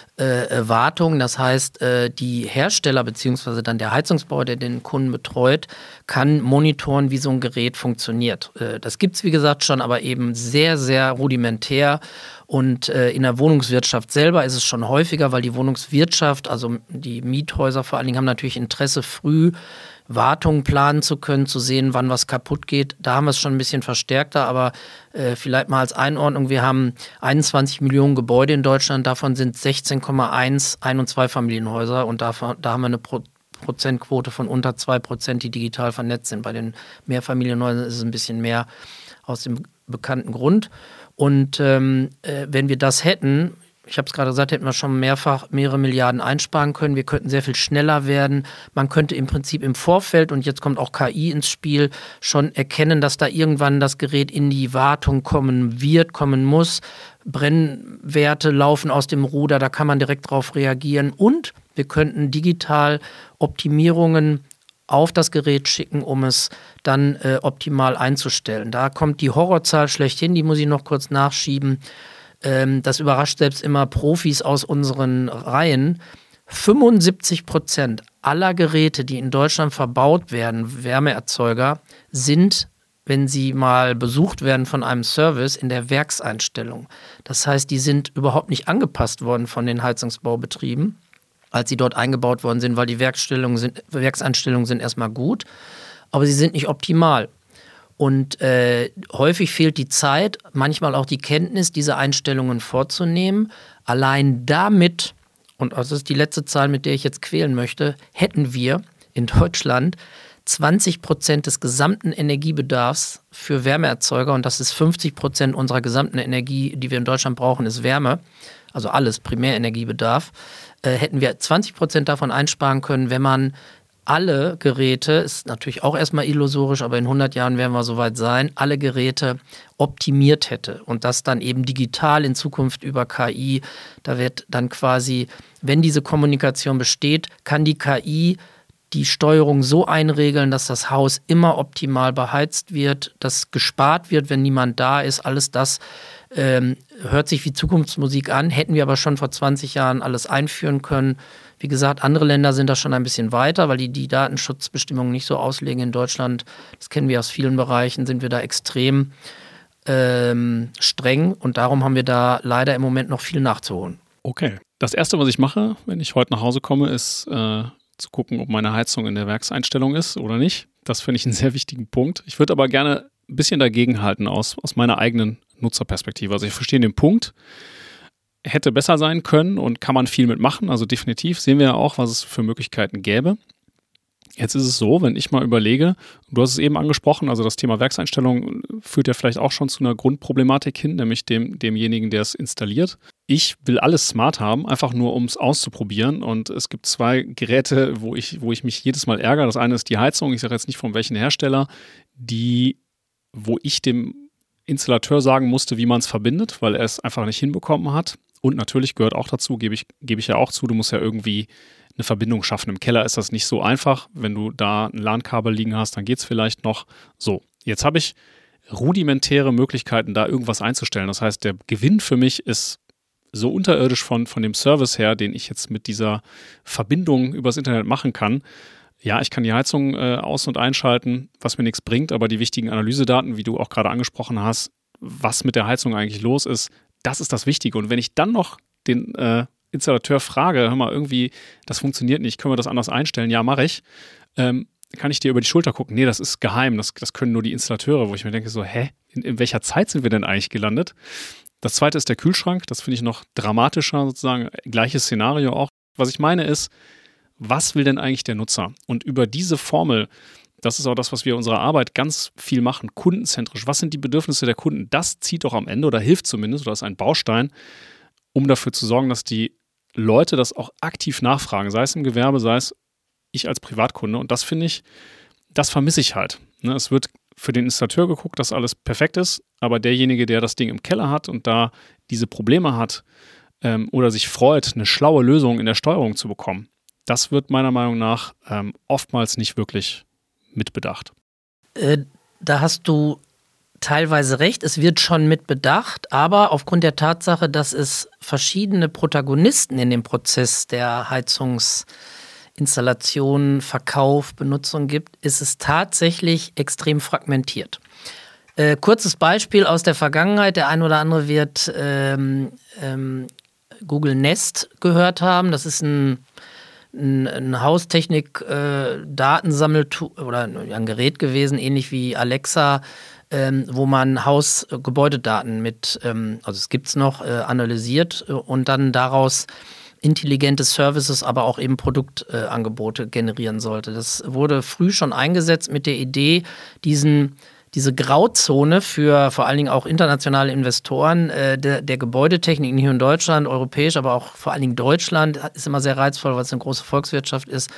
Äh, Wartung. Das heißt, äh, die Hersteller bzw. dann der Heizungsbauer, der den Kunden betreut, kann monitoren, wie so ein Gerät funktioniert. Äh, das gibt es, wie gesagt, schon, aber eben sehr, sehr rudimentär. Und äh, in der Wohnungswirtschaft selber ist es schon häufiger, weil die Wohnungswirtschaft, also die Miethäuser vor allen Dingen, haben natürlich Interesse, früh Wartung planen zu können, zu sehen, wann was kaputt geht. Da haben wir es schon ein bisschen verstärkter, aber äh, vielleicht mal als Einordnung, wir haben einundzwanzig Millionen Gebäude in Deutschland, davon sind sechzehn Komma eins Ein- und Zweifamilienhäuser und da, da haben wir eine Pro- Prozentquote von unter zwei Prozent, die digital vernetzt sind. Bei den Mehrfamilienhäusern ist es ein bisschen mehr aus dem bekannten Grund. Und ähm, äh, wenn wir das hätten, ich habe es gerade gesagt, hätten wir schon mehrfach mehrere Milliarden einsparen können. Wir könnten sehr viel schneller werden. Man könnte im Prinzip im Vorfeld, und jetzt kommt auch K I ins Spiel, schon erkennen, dass da irgendwann das Gerät in die Wartung kommen wird, kommen muss. Brennwerte laufen aus dem Ruder, da kann man direkt drauf reagieren. Und wir könnten digital Optimierungen auf das Gerät schicken, um es dann äh, optimal einzustellen. Da kommt die Horrorzahl schlechthin, die muss ich noch kurz nachschieben. Das überrascht selbst immer Profis aus unseren Reihen. fünfundsiebzig Prozent aller Geräte, die in Deutschland verbaut werden, Wärmeerzeuger, sind, wenn sie mal besucht werden von einem Service, in der Werkseinstellung. Das heißt, die sind überhaupt nicht angepasst worden von den Heizungsbaubetrieben, als sie dort eingebaut worden sind, weil die Werkseinstellungen sind, Werkseinstellungen sind erstmal gut, aber sie sind nicht optimal. Und äh, häufig fehlt die Zeit, manchmal auch die Kenntnis, diese Einstellungen vorzunehmen. Allein damit, und das ist die letzte Zahl, mit der ich jetzt quälen möchte, hätten wir in Deutschland zwanzig Prozent des gesamten Energiebedarfs für Wärmeerzeuger, und das ist fünfzig Prozent unserer gesamten Energie, die wir in Deutschland brauchen, ist Wärme, also alles, Primärenergiebedarf, äh, hätten wir zwanzig Prozent davon einsparen können, wenn man alle Geräte, ist natürlich auch erstmal illusorisch, aber in hundert Jahren werden wir soweit sein, alle Geräte optimiert hätte und das dann eben digital in Zukunft über K I. Da wird dann quasi, wenn diese Kommunikation besteht, kann die K I die Steuerung so einregeln, dass das Haus immer optimal beheizt wird, dass gespart wird, wenn niemand da ist. Alles das ähm, hört sich wie Zukunftsmusik an, hätten wir aber schon vor zwanzig Jahren alles einführen können. Wie gesagt, andere Länder sind da schon ein bisschen weiter, weil die die Datenschutzbestimmungen nicht so auslegen in Deutschland. Das kennen wir aus vielen Bereichen, sind wir da extrem ähm, streng und darum haben wir da leider im Moment noch viel nachzuholen. Okay. Das Erste, was ich mache, wenn ich heute nach Hause komme, ist äh, zu gucken, ob meine Heizung in der Werkseinstellung ist oder nicht. Das finde ich einen sehr wichtigen Punkt. Ich würde aber gerne ein bisschen dagegenhalten aus, aus meiner eigenen Nutzerperspektive. Also ich verstehe den Punkt, hätte besser sein können und kann man viel mitmachen. Also definitiv sehen wir ja auch, was es für Möglichkeiten gäbe. Jetzt ist es so, wenn ich mal überlege, du hast es eben angesprochen, also das Thema Werkseinstellung führt ja vielleicht auch schon zu einer Grundproblematik hin, nämlich dem, demjenigen, der es installiert. Ich will alles smart haben, einfach nur um es auszuprobieren, und es gibt zwei Geräte, wo ich, wo ich mich jedes Mal ärgere. Das eine ist die Heizung, ich sage jetzt nicht von welchen Hersteller, die, wo ich dem Installateur sagen musste, wie man es verbindet, weil er es einfach nicht hinbekommen hat. Und natürlich gehört auch dazu, gebe ich, gebe ich ja auch zu, du musst ja irgendwie eine Verbindung schaffen. Im Keller ist das nicht so einfach. Wenn du da ein LAN-Kabel liegen hast, dann geht es vielleicht noch. So, jetzt habe ich rudimentäre Möglichkeiten, da irgendwas einzustellen. Das heißt, der Gewinn für mich ist so unterirdisch von, von dem Service her, den ich jetzt mit dieser Verbindung übers Internet machen kann. Ja, ich kann die Heizung äh, aus- und einschalten, was mir nichts bringt, aber die wichtigen Analysedaten, wie du auch gerade angesprochen hast, was mit der Heizung eigentlich los ist, das ist das Wichtige. Und wenn ich dann noch den äh, Installateur frage, hör mal, irgendwie, das funktioniert nicht, können wir das anders einstellen? Ja, mache ich. Ähm, kann ich dir über die Schulter gucken? Nee, das ist geheim, das, das können nur die Installateure, wo ich mir denke so, hä, in, in welcher Zeit sind wir denn eigentlich gelandet? Das zweite ist der Kühlschrank, das finde ich noch dramatischer sozusagen, gleiches Szenario auch. Was ich meine ist, was will denn eigentlich der Nutzer? Und über diese Formel, das ist auch das, was wir in unserer Arbeit ganz viel machen, kundenzentrisch. Was sind die Bedürfnisse der Kunden? Das zieht doch am Ende oder hilft zumindest oder ist ein Baustein, um dafür zu sorgen, dass die Leute das auch aktiv nachfragen, sei es im Gewerbe, sei es ich als Privatkunde. Und das finde ich, das vermisse ich halt. Ne, es wird für den Installateur geguckt, dass alles perfekt ist, aber derjenige, der das Ding im Keller hat und da diese Probleme hat ähm, oder sich freut, eine schlaue Lösung in der Steuerung zu bekommen, das wird meiner Meinung nach ähm, oftmals nicht wirklich mitbedacht. Äh, da hast du teilweise recht, es wird schon mitbedacht, aber aufgrund der Tatsache, dass es verschiedene Protagonisten in dem Prozess der Heizungsinstallation, Verkauf, Benutzung gibt, ist es tatsächlich extrem fragmentiert. Äh, kurzes Beispiel aus der Vergangenheit, der ein oder andere wird ähm, ähm, Google Nest gehört haben, das ist ein ein, ein Haustechnik-Datensammeltool äh, oder ein Gerät gewesen, ähnlich wie Alexa, ähm, wo man Hausgebäudedaten mit, ähm, also es gibt es noch, äh, analysiert äh, und dann daraus intelligente Services, aber auch eben Produktangebote äh, generieren sollte. Das wurde früh schon eingesetzt mit der Idee, diesen diese Grauzone für vor allen Dingen auch internationale Investoren äh, der, der Gebäudetechnik hier in Deutschland, europäisch, aber auch vor allen Dingen Deutschland, ist immer sehr reizvoll, weil es eine große Volkswirtschaft ist,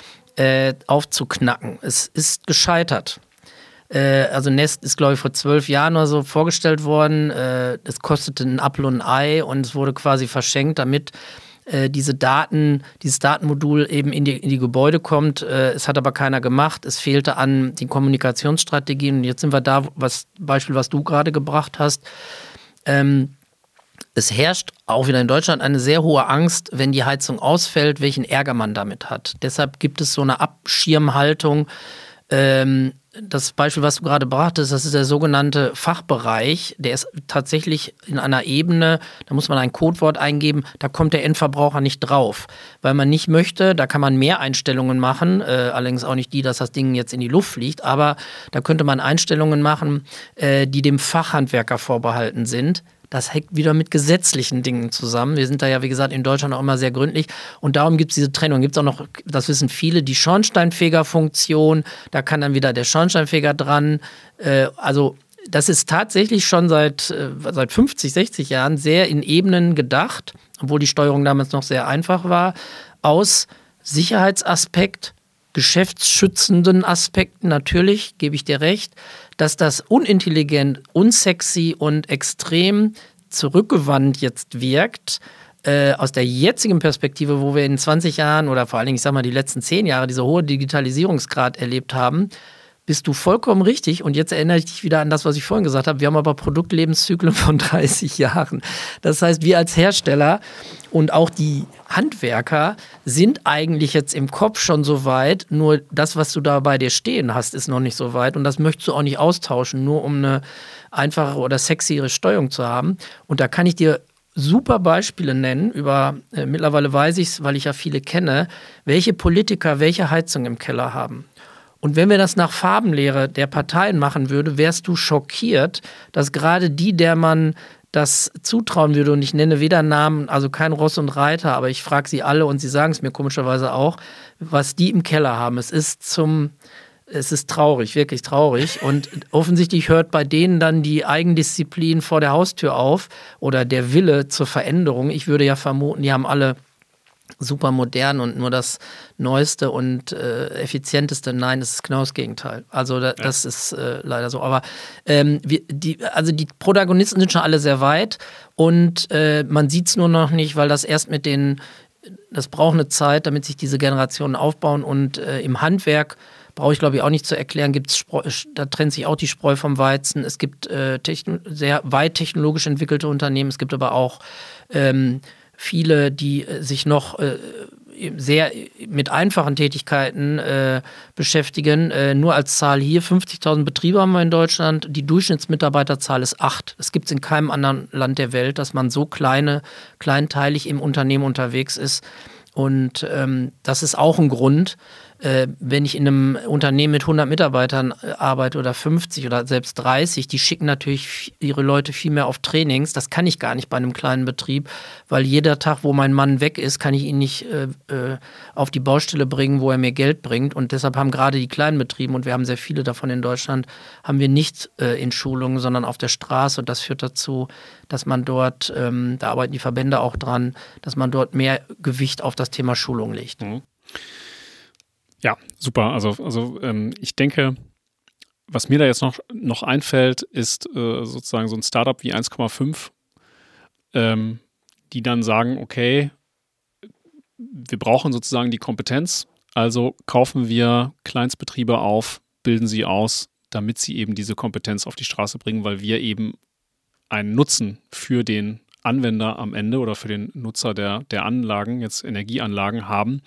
äh, aufzuknacken. Es ist gescheitert. Äh, also Nest ist, glaube ich, vor zwölf Jahren oder so vorgestellt worden. Äh, es kostete ein Apfel und ein Ei und es wurde quasi verschenkt, damit diese Daten, dieses Datenmodul eben in die, in die Gebäude kommt. Es hat aber keiner gemacht. Es fehlte an den Kommunikationsstrategien. Und jetzt sind wir da, was Beispiel, was du gerade gebracht hast. Ähm, es herrscht auch wieder in Deutschland eine sehr hohe Angst, wenn die Heizung ausfällt, welchen Ärger man damit hat. Deshalb gibt es so eine Abschirmhaltung. Ähm, das Beispiel, was du gerade brachtest, das ist der sogenannte Fachbereich. Der ist tatsächlich in einer Ebene, da muss man ein Codewort eingeben, da kommt der Endverbraucher nicht drauf. Weil man nicht möchte, da kann man mehr Einstellungen machen, äh, allerdings auch nicht die, dass das Ding jetzt in die Luft fliegt, aber da könnte man Einstellungen machen, äh, die dem Fachhandwerker vorbehalten sind. Das hängt wieder mit gesetzlichen Dingen zusammen. Wir sind da ja, wie gesagt, in Deutschland auch immer sehr gründlich. Und darum gibt es diese Trennung. Gibt es auch noch, das wissen viele, die Schornsteinfegerfunktion. Da kann dann wieder der Schornsteinfeger dran. Äh, also das ist tatsächlich schon seit, äh, seit fünfzig, sechzig Jahren sehr in Ebenen gedacht, obwohl die Steuerung damals noch sehr einfach war, aus Sicherheitsaspekt, geschäftsschützenden Aspekten natürlich, gebe ich dir recht, dass das unintelligent, unsexy und extrem zurückgewandt jetzt wirkt, äh, aus der jetzigen Perspektive, wo wir in zwanzig Jahren oder vor allen Dingen, ich sag mal, die letzten zehn Jahre diese hohe Digitalisierungsgrad erlebt haben, bist du vollkommen richtig. Und jetzt erinnere ich dich wieder an das, was ich vorhin gesagt habe. Wir haben aber Produktlebenszyklen von dreißig Jahren. Das heißt, wir als Hersteller und auch die Handwerker sind eigentlich jetzt im Kopf schon so weit. Nur das, was du da bei dir stehen hast, ist noch nicht so weit. Und das möchtest du auch nicht austauschen, nur um eine einfachere oder sexiere Steuerung zu haben. Und da kann ich dir super Beispiele nennen. Über äh, mittlerweile weiß ich es, weil ich ja viele kenne, welche Politiker welche Heizung im Keller haben. Und wenn wir das nach Farbenlehre der Parteien machen würde, wärst du schockiert, dass gerade die, der man das zutrauen würde, und ich nenne weder Namen, also kein Ross und Reiter, aber ich frage sie alle und sie sagen es mir komischerweise auch, was die im Keller haben. Es ist zum, es ist traurig, wirklich traurig. Und offensichtlich hört bei denen dann die Eigendisziplin vor der Haustür auf oder der Wille zur Veränderung. Ich würde ja vermuten, die haben alle super modern und nur das Neueste und äh, Effizienteste. Nein, das ist genau das Gegenteil. Also da, ja. das ist äh, leider so. Aber ähm, wir, die, also die Protagonisten sind schon alle sehr weit und äh, man sieht es nur noch nicht, weil das erst mit den, das braucht eine Zeit, damit sich diese Generationen aufbauen und äh, im Handwerk brauche ich glaube ich auch nicht zu erklären, gibt's Spreu, da trennt sich auch die Spreu vom Weizen. Es gibt äh, techn- sehr weit technologisch entwickelte Unternehmen, es gibt aber auch ähm, viele, die äh, sich noch äh, sehr mit einfachen Tätigkeiten äh, beschäftigen. Äh, nur als Zahl hier, fünfzigtausend Betriebe haben wir in Deutschland, die Durchschnittsmitarbeiterzahl ist acht. Es gibt es in keinem anderen Land der Welt, dass man so kleine, kleinteilig im Unternehmen unterwegs ist. Und ähm, das ist auch ein Grund, äh, wenn ich in einem Unternehmen mit hundert Mitarbeitern äh, arbeite oder fünfzig oder selbst dreißig, die schicken natürlich ihre Leute viel mehr auf Trainings. Das kann ich gar nicht bei einem kleinen Betrieb, weil jeder Tag, wo mein Mann weg ist, kann ich ihn nicht äh, äh, auf die Baustelle bringen, wo er mir Geld bringt. Und deshalb haben gerade die kleinen Betriebe, und wir haben sehr viele davon in Deutschland, haben wir nicht äh, in Schulungen, sondern auf der Straße. Und das führt dazu, dass man dort, ähm, da arbeiten die Verbände auch dran, dass man dort mehr Gewicht auf das Thema Schulung legt. Mhm. Ja, super. Also, also ähm, ich denke, was mir da jetzt noch, noch einfällt, ist äh, sozusagen so ein Startup wie eins Komma fünf, ähm, die dann sagen, okay, wir brauchen sozusagen die Kompetenz, also kaufen wir Kleinstbetriebe auf, bilden sie aus, damit sie eben diese Kompetenz auf die Straße bringen, weil wir eben einen Nutzen für den Anwender am Ende oder für den Nutzer der, der Anlagen, jetzt Energieanlagen haben.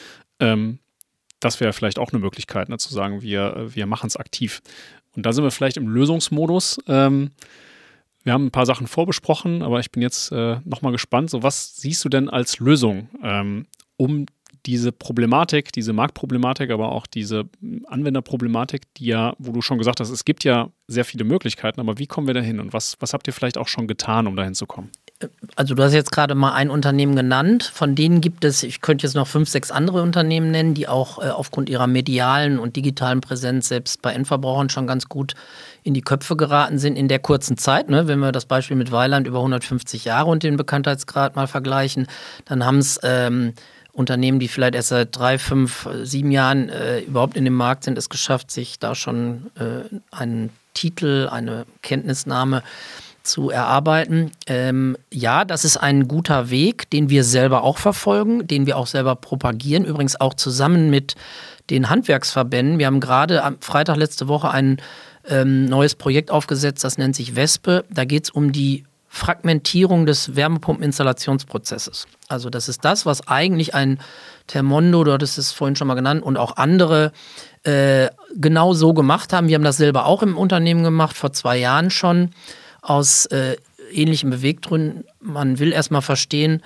Ähm, das wäre vielleicht auch eine Möglichkeit, ne, zu sagen, wir, wir machen es aktiv. Und da sind wir vielleicht im Lösungsmodus. Ähm, wir haben ein paar Sachen vorbesprochen, aber ich bin jetzt äh, nochmal gespannt. So, was siehst du denn als Lösung, ähm, um diese Problematik, diese Marktproblematik, aber auch diese Anwenderproblematik, die ja, wo du schon gesagt hast, es gibt ja sehr viele Möglichkeiten, aber wie kommen wir da hin und was, was habt ihr vielleicht auch schon getan, um dahin zu kommen? Also du hast jetzt gerade mal ein Unternehmen genannt, von denen gibt es, ich könnte jetzt noch fünf, sechs andere Unternehmen nennen, die auch äh, aufgrund ihrer medialen und digitalen Präsenz selbst bei Endverbrauchern schon ganz gut in die Köpfe geraten sind in der kurzen Zeit. Ne? Wenn wir das Beispiel mit Weiland über hundertfünfzig Jahre und den Bekanntheitsgrad mal vergleichen, dann haben es ähm, Unternehmen, die vielleicht erst seit drei, fünf, sieben Jahren äh, überhaupt in dem Markt sind, es geschafft, sich da schon äh, einen Titel, eine Kenntnisnahme zu erarbeiten. Ähm, ja, das ist ein guter Weg, den wir selber auch verfolgen, den wir auch selber propagieren, übrigens auch zusammen mit den Handwerksverbänden. Wir haben gerade am Freitag letzte Woche ein ähm, neues Projekt aufgesetzt, das nennt sich Wespe. Da geht es um die Fragmentierung des Wärmepumpeninstallationsprozesses. Also das ist das, was eigentlich ein Thermondo, du hattest es vorhin schon mal genannt, und auch andere äh, genau so gemacht haben. Wir haben das selber auch im Unternehmen gemacht, vor zwei Jahren schon, aus äh, ähnlichen Beweggründen. Man will erstmal verstehen,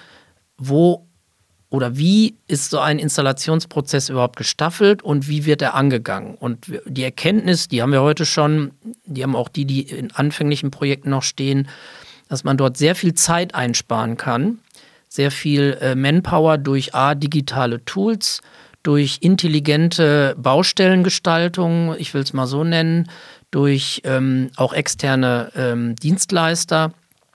wo oder wie ist so ein Installationsprozess überhaupt gestaffelt und wie wird er angegangen. Und die Erkenntnis, die haben wir heute schon, die haben auch die, die in anfänglichen Projekten noch stehen, dass man dort sehr viel Zeit einsparen kann, sehr viel äh, Manpower durch A, digitale Tools, durch intelligente Baustellengestaltung, ich will es mal so nennen, durch ähm, auch externe ähm, Dienstleister,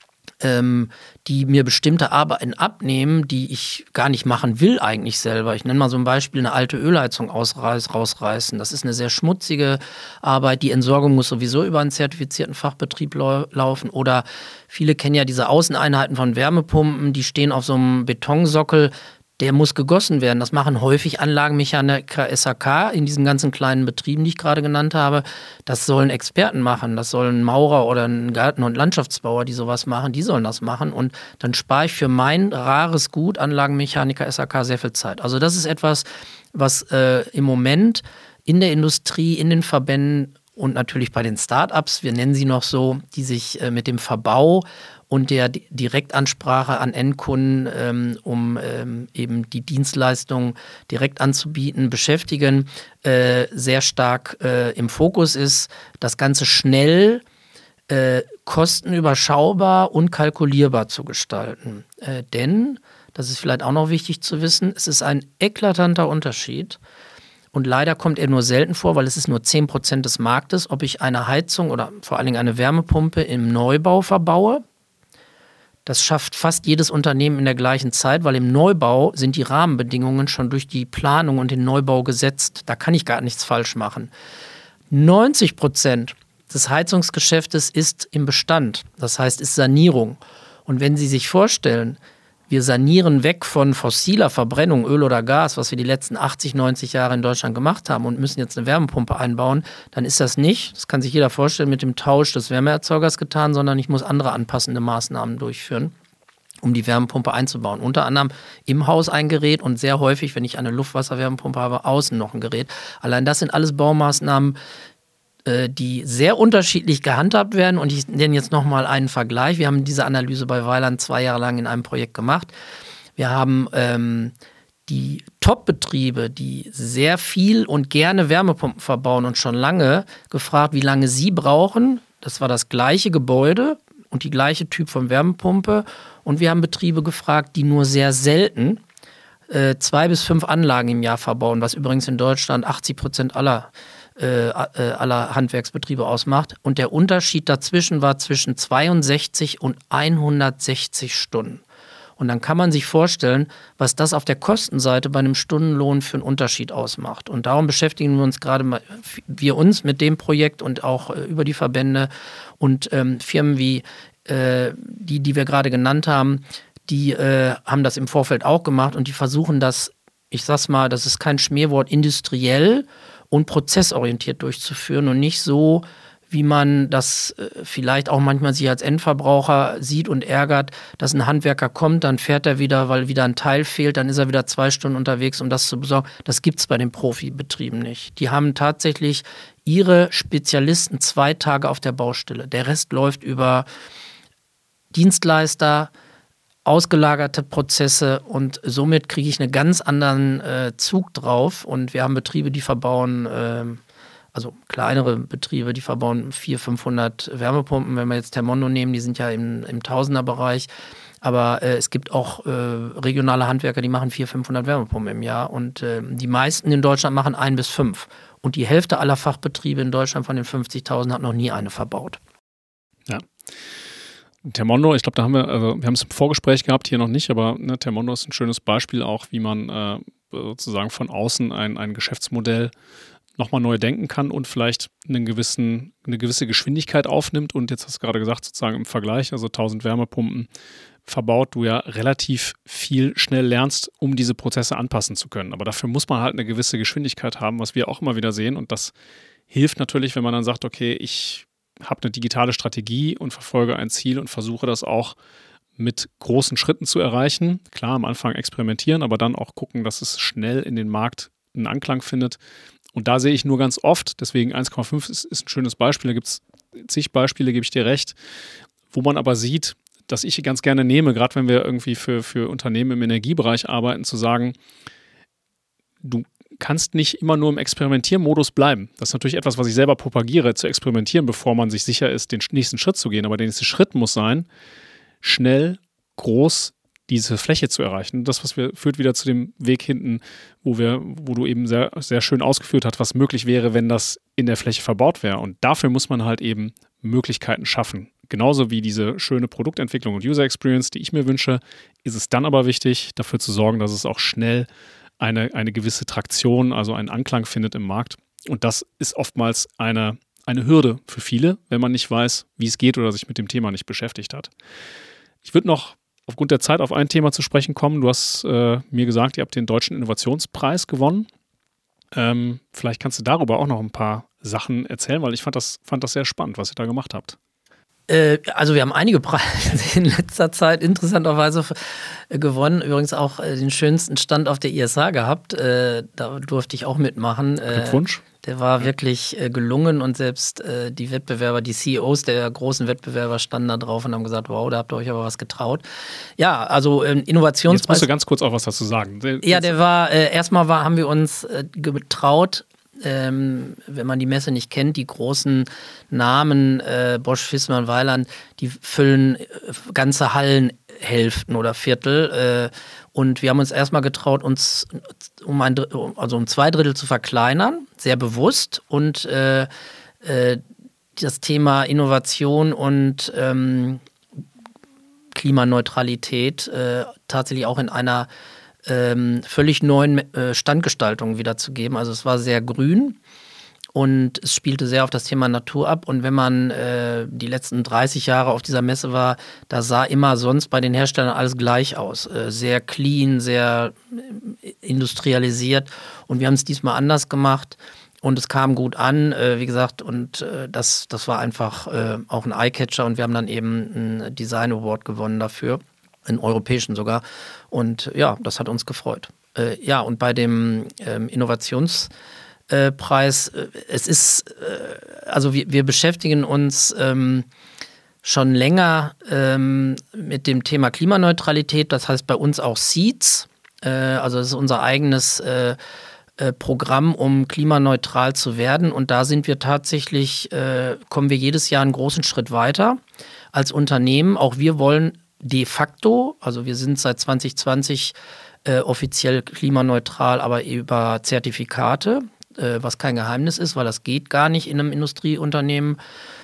ähm, die mir bestimmte Arbeiten abnehmen, die ich gar nicht machen will eigentlich selber. Ich nenne mal so ein Beispiel, eine alte Ölheizung ausreiß, rausreißen. Das ist eine sehr schmutzige Arbeit. Die Entsorgung muss sowieso über einen zertifizierten Fachbetrieb lau- laufen. Oder viele kennen ja diese Außeneinheiten von Wärmepumpen, die stehen auf so einem Betonsockel. Der muss gegossen werden. Das machen häufig Anlagenmechaniker S H K in diesen ganzen kleinen Betrieben, die ich gerade genannt habe. Das sollen Experten machen. Das sollen Maurer oder ein Garten- und Landschaftsbauer, die sowas machen, die sollen das machen. Und dann spare ich für mein rares Gut, Anlagenmechaniker S H K, sehr viel Zeit. Also das ist etwas, was äh, im Moment in der Industrie, in den Verbänden und natürlich bei den Start-ups, wir nennen sie noch so, die sich äh, mit dem Verbau und der Direktansprache an Endkunden, ähm, um ähm, eben die Dienstleistung direkt anzubieten, beschäftigen, äh, sehr stark äh, im Fokus ist. Das Ganze schnell, äh, kostenüberschaubar und kalkulierbar zu gestalten. Äh, denn, das ist vielleicht auch noch wichtig zu wissen, es ist ein eklatanter Unterschied. Und leider kommt er nur selten vor, weil es ist nur zehn Prozent des Marktes, ob ich eine Heizung oder vor allen Dingen eine Wärmepumpe im Neubau verbaue. Das schafft fast jedes Unternehmen in der gleichen Zeit, weil im Neubau sind die Rahmenbedingungen schon durch die Planung und den Neubau gesetzt. Da kann ich gar nichts falsch machen. neunzig Prozent des Heizungsgeschäftes ist im Bestand, das heißt ist Sanierung. Und wenn Sie sich vorstellen, wir sanieren weg von fossiler Verbrennung, Öl oder Gas, was wir die letzten achtzig, neunzig Jahre in Deutschland gemacht haben und müssen jetzt eine Wärmepumpe einbauen, dann ist das nicht, das kann sich jeder vorstellen, mit dem Tausch des Wärmeerzeugers getan, sondern ich muss andere anpassende Maßnahmen durchführen, um die Wärmepumpe einzubauen. Unter anderem im Haus ein Gerät und sehr häufig, wenn ich eine Luftwasserwärmepumpe habe, außen noch ein Gerät. Allein das sind alles Baumaßnahmen, die sehr unterschiedlich gehandhabt werden. Und ich nenne jetzt nochmal einen Vergleich. Wir haben diese Analyse bei Weiland zwei Jahre lang in einem Projekt gemacht. Wir haben ähm, die Top-Betriebe, die sehr viel und gerne Wärmepumpen verbauen und schon lange gefragt, wie lange sie brauchen. Das war das gleiche Gebäude und die gleiche Typ von Wärmepumpe. Und wir haben Betriebe gefragt, die nur sehr selten äh, zwei bis fünf Anlagen im Jahr verbauen, was übrigens in Deutschland achtzig Prozent aller Äh, äh, aller Handwerksbetriebe ausmacht. Und der Unterschied dazwischen war zwischen zweiundsechzig und hundertsechzig Stunden. Und dann kann man sich vorstellen, was das auf der Kostenseite bei einem Stundenlohn für einen Unterschied ausmacht. Und darum beschäftigen wir uns gerade mal, wir uns mit dem Projekt und auch äh, über die Verbände und ähm, Firmen wie äh, die, die wir gerade genannt haben, die äh, haben das im Vorfeld auch gemacht und die versuchen das, ich sag's mal, das ist kein Schmähwort, industriell und prozessorientiert durchzuführen und nicht so, wie man das äh, vielleicht auch manchmal sich als Endverbraucher sieht und ärgert, dass ein Handwerker kommt, dann fährt er wieder, weil wieder ein Teil fehlt, dann ist er wieder zwei Stunden unterwegs, um das zu besorgen. Das gibt es bei den Profibetrieben nicht. Die haben tatsächlich ihre Spezialisten zwei Tage auf der Baustelle. Der Rest läuft über Dienstleister, ausgelagerte Prozesse und somit kriege ich einen ganz anderen äh, Zug drauf. Und wir haben Betriebe, die verbauen, äh, also kleinere Betriebe, die verbauen vierhundert, fünfhundert Wärmepumpen. Wenn wir jetzt Thermondo nehmen, die sind ja im, im Tausenderbereich. Aber äh, es gibt auch äh, regionale Handwerker, die machen vierhundert, fünfhundert Wärmepumpen im Jahr. Und äh, die meisten in Deutschland machen ein bis fünf. Und die Hälfte aller Fachbetriebe in Deutschland von den fünfzigtausend hat noch nie eine verbaut. Ja. Thermondo, ich glaube, da haben wir, also wir haben es im Vorgespräch gehabt, hier noch nicht, aber ne, Thermondo ist ein schönes Beispiel auch, wie man äh, sozusagen von außen ein, ein Geschäftsmodell nochmal neu denken kann und vielleicht einen gewissen, eine gewisse Geschwindigkeit aufnimmt. Und jetzt hast du gerade gesagt, sozusagen im Vergleich, also tausend Wärmepumpen verbaut, du ja relativ viel schnell lernst, um diese Prozesse anpassen zu können. Aber dafür muss man halt eine gewisse Geschwindigkeit haben, was wir auch immer wieder sehen. Und das hilft natürlich, wenn man dann sagt, okay, ich habe eine digitale Strategie und verfolge ein Ziel und versuche das auch mit großen Schritten zu erreichen. Klar, am Anfang experimentieren, aber dann auch gucken, dass es schnell in den Markt einen Anklang findet. Und da sehe ich nur ganz oft, deswegen eins Komma fünf ist, ist ein schönes Beispiel, da gibt es zig Beispiele, gebe ich dir recht, wo man aber sieht, dass ich ganz gerne nehme, gerade wenn wir irgendwie für, für Unternehmen im Energiebereich arbeiten, zu sagen, du kannst nicht immer nur im Experimentiermodus bleiben. Das ist natürlich etwas, was ich selber propagiere, zu experimentieren, bevor man sich sicher ist, den nächsten Schritt zu gehen. Aber der nächste Schritt muss sein, schnell, groß diese Fläche zu erreichen. Das, was wir, führt wieder zu dem Weg hinten, wo wir, wo du eben sehr, sehr schön ausgeführt hast, was möglich wäre, wenn das in der Fläche verbaut wäre. Und dafür muss man halt eben Möglichkeiten schaffen. Genauso wie diese schöne Produktentwicklung und User Experience, die ich mir wünsche, ist es dann aber wichtig, dafür zu sorgen, dass es auch schnell Eine, eine gewisse Traktion, also einen Anklang findet im Markt. Und das ist oftmals eine, eine Hürde für viele, wenn man nicht weiß, wie es geht oder sich mit dem Thema nicht beschäftigt hat. Ich würde noch aufgrund der Zeit auf ein Thema zu sprechen kommen. Du hast äh, mir gesagt, ihr habt den Deutschen Innovationspreis gewonnen. Ähm, vielleicht kannst du darüber auch noch ein paar Sachen erzählen, weil ich fand das, fand das sehr spannend, was ihr da gemacht habt. Also wir haben einige Preise in letzter Zeit interessanterweise gewonnen. Übrigens auch den schönsten Stand auf der I S H gehabt. Da durfte ich auch mitmachen. Glückwunsch. Der war wirklich gelungen und selbst die Wettbewerber, die C E Os der großen Wettbewerber standen da drauf und haben gesagt, wow, da habt ihr euch aber was getraut. Ja, also Innovationspreis. Jetzt musst du ganz kurz auch was dazu sagen. Ja, der war, erstmal war, haben wir uns getraut, Ähm, wenn man die Messe nicht kennt, die großen Namen, äh, Bosch, Viessmann, Weiland, die füllen äh, ganze Hallenhälften oder Viertel. Äh, und wir haben uns erstmal getraut, uns um ein Drittel, also um zwei Drittel zu verkleinern, sehr bewusst. Und äh, äh, das Thema Innovation und ähm, Klimaneutralität äh, tatsächlich auch in einer Ähm, völlig neuen äh, Standgestaltungen wiederzugeben. Also es war sehr grün Und es spielte sehr auf das Thema Natur ab. Und wenn man äh, die letzten dreißig Jahre auf dieser Messe war, da sah immer sonst bei den Herstellern alles gleich aus. Äh, sehr clean, sehr industrialisiert. Und wir haben es diesmal anders gemacht. Und es kam gut an, äh, wie gesagt. Und äh, das, das war einfach äh, auch ein Eyecatcher. Und wir haben dann eben einen Design Award gewonnen dafür. Einen europäischen sogar. Und ja, das hat uns gefreut. Äh, ja, und bei dem ähm, Innovations- Preis. Es ist, also wir, wir beschäftigen uns ähm, schon länger ähm, mit dem Thema Klimaneutralität, das heißt bei uns auch SEEDS, äh, also das ist unser eigenes äh, äh, Programm, um klimaneutral zu werden, und da sind wir tatsächlich, äh, kommen wir jedes Jahr einen großen Schritt weiter als Unternehmen. Auch wir wollen de facto, also wir sind seit zwanzig zwanzig äh, offiziell klimaneutral, aber über Zertifikate, was kein Geheimnis ist, weil das geht gar nicht in einem Industrieunternehmen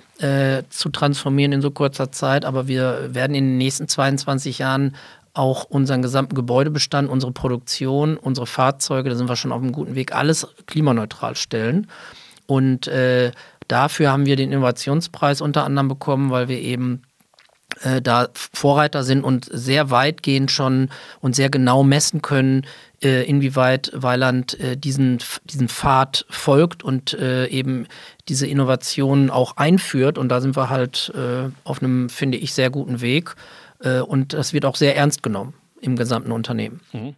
äh, zu transformieren in so kurzer Zeit. Aber wir werden in den nächsten zweiundzwanzig Jahren auch unseren gesamten Gebäudebestand, unsere Produktion, unsere Fahrzeuge, da sind wir schon auf einem guten Weg, alles klimaneutral stellen. Und äh, dafür haben wir den Innovationspreis unter anderem bekommen, weil wir eben äh, da Vorreiter sind und sehr weitgehend schon und sehr genau messen können, äh, inwieweit Weiland äh, diesen, diesen Pfad folgt und äh, eben diese Innovationen auch einführt. Und da sind wir halt äh, auf einem, finde ich, sehr guten Weg. Äh, und das wird auch sehr ernst genommen im gesamten Unternehmen. Mhm.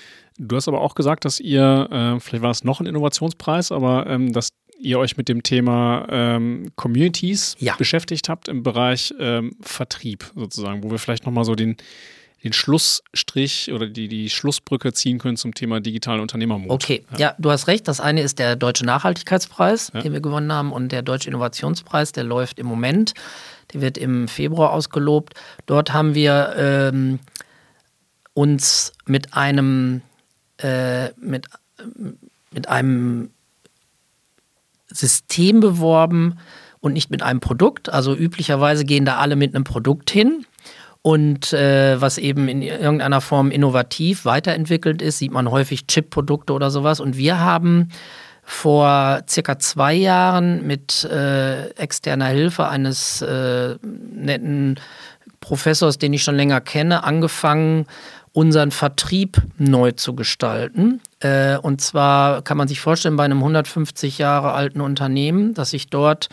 Du hast aber auch gesagt, dass ihr, äh, vielleicht war es noch ein Innovationspreis, aber ähm, dass ihr euch mit dem Thema ähm, Communities ja. beschäftigt habt im Bereich ähm, Vertrieb sozusagen, wo wir vielleicht nochmal so den, den Schlussstrich oder die, die Schlussbrücke ziehen können zum Thema digitalen Unternehmermut. Okay, ja. ja, du hast recht. Das eine ist der Deutsche Nachhaltigkeitspreis, ja. den wir gewonnen haben, und der Deutsche Innovationspreis, der läuft im Moment. Der wird im Februar ausgelobt. Dort haben wir ähm, uns mit einem äh, mit, mit einem System beworben und nicht mit einem Produkt. Also üblicherweise gehen da alle mit einem Produkt hin. Und äh, was eben in irgendeiner Form innovativ weiterentwickelt ist, sieht man häufig Chip-Produkte oder sowas. Und wir haben vor circa zwei Jahren mit äh, externer Hilfe eines äh, netten Professors, den ich schon länger kenne, angefangen, unseren Vertrieb neu zu gestalten. Äh, und zwar kann man sich vorstellen, bei einem hundertfünfzig Jahre alten Unternehmen, dass sich dort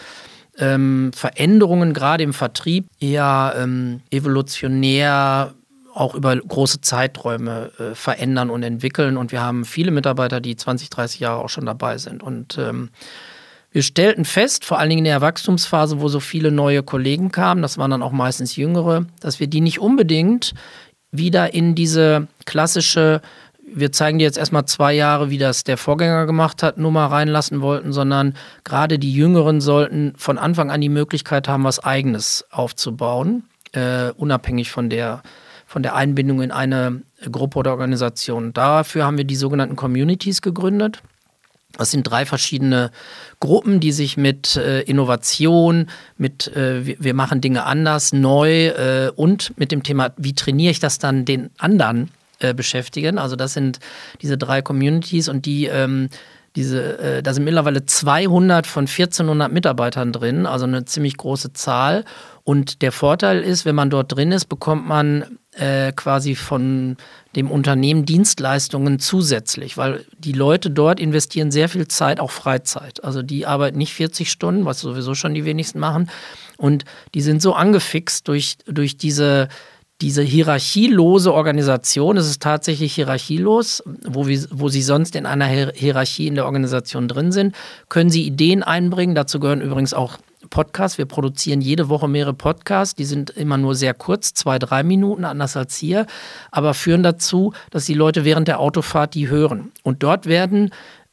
ähm, Veränderungen gerade im Vertrieb eher ähm, evolutionär auch über große Zeiträume äh, verändern und entwickeln. Und wir haben viele Mitarbeiter, die zwanzig, dreißig Jahre auch schon dabei sind. Und ähm, wir stellten fest, vor allen Dingen in der Wachstumsphase, wo so viele neue Kollegen kamen, das waren dann auch meistens Jüngere, dass wir die nicht unbedingt wieder in diese klassische, wir zeigen dir jetzt erstmal zwei Jahre, wie das der Vorgänger gemacht hat, Nummer reinlassen wollten, sondern gerade die Jüngeren sollten von Anfang an die Möglichkeit haben, was Eigenes aufzubauen, äh, unabhängig von der, von der Einbindung in eine Gruppe oder Organisation. Dafür haben wir die sogenannten Communities gegründet. Das sind drei verschiedene Gruppen, die sich mit äh, Innovation, mit äh, wir, wir machen Dinge anders, neu äh, und mit dem Thema, wie trainiere ich das dann den anderen äh, beschäftigen. Also das sind diese drei Communities, und die ähm, diese, äh, da sind mittlerweile zweihundert von vierzehnhundert Mitarbeitern drin, also eine ziemlich große Zahl. Und der Vorteil ist, wenn man dort drin ist, bekommt man äh, quasi von dem Unternehmen Dienstleistungen zusätzlich, weil die Leute dort investieren sehr viel Zeit, auch Freizeit. Also die arbeiten nicht vierzig Stunden, was sowieso schon die wenigsten machen. Und die sind so angefixt durch, durch diese Diese hierarchielose Organisation, es ist tatsächlich hierarchielos, wo, wir, wo sie sonst in einer Hierarchie in der Organisation drin sind, können sie Ideen einbringen. Dazu gehören übrigens auch Podcasts. Wir produzieren jede Woche mehrere Podcasts. Die sind immer nur sehr kurz, zwei, drei Minuten, anders als hier, aber führen dazu, dass die Leute während der Autofahrt die hören. Und dort werden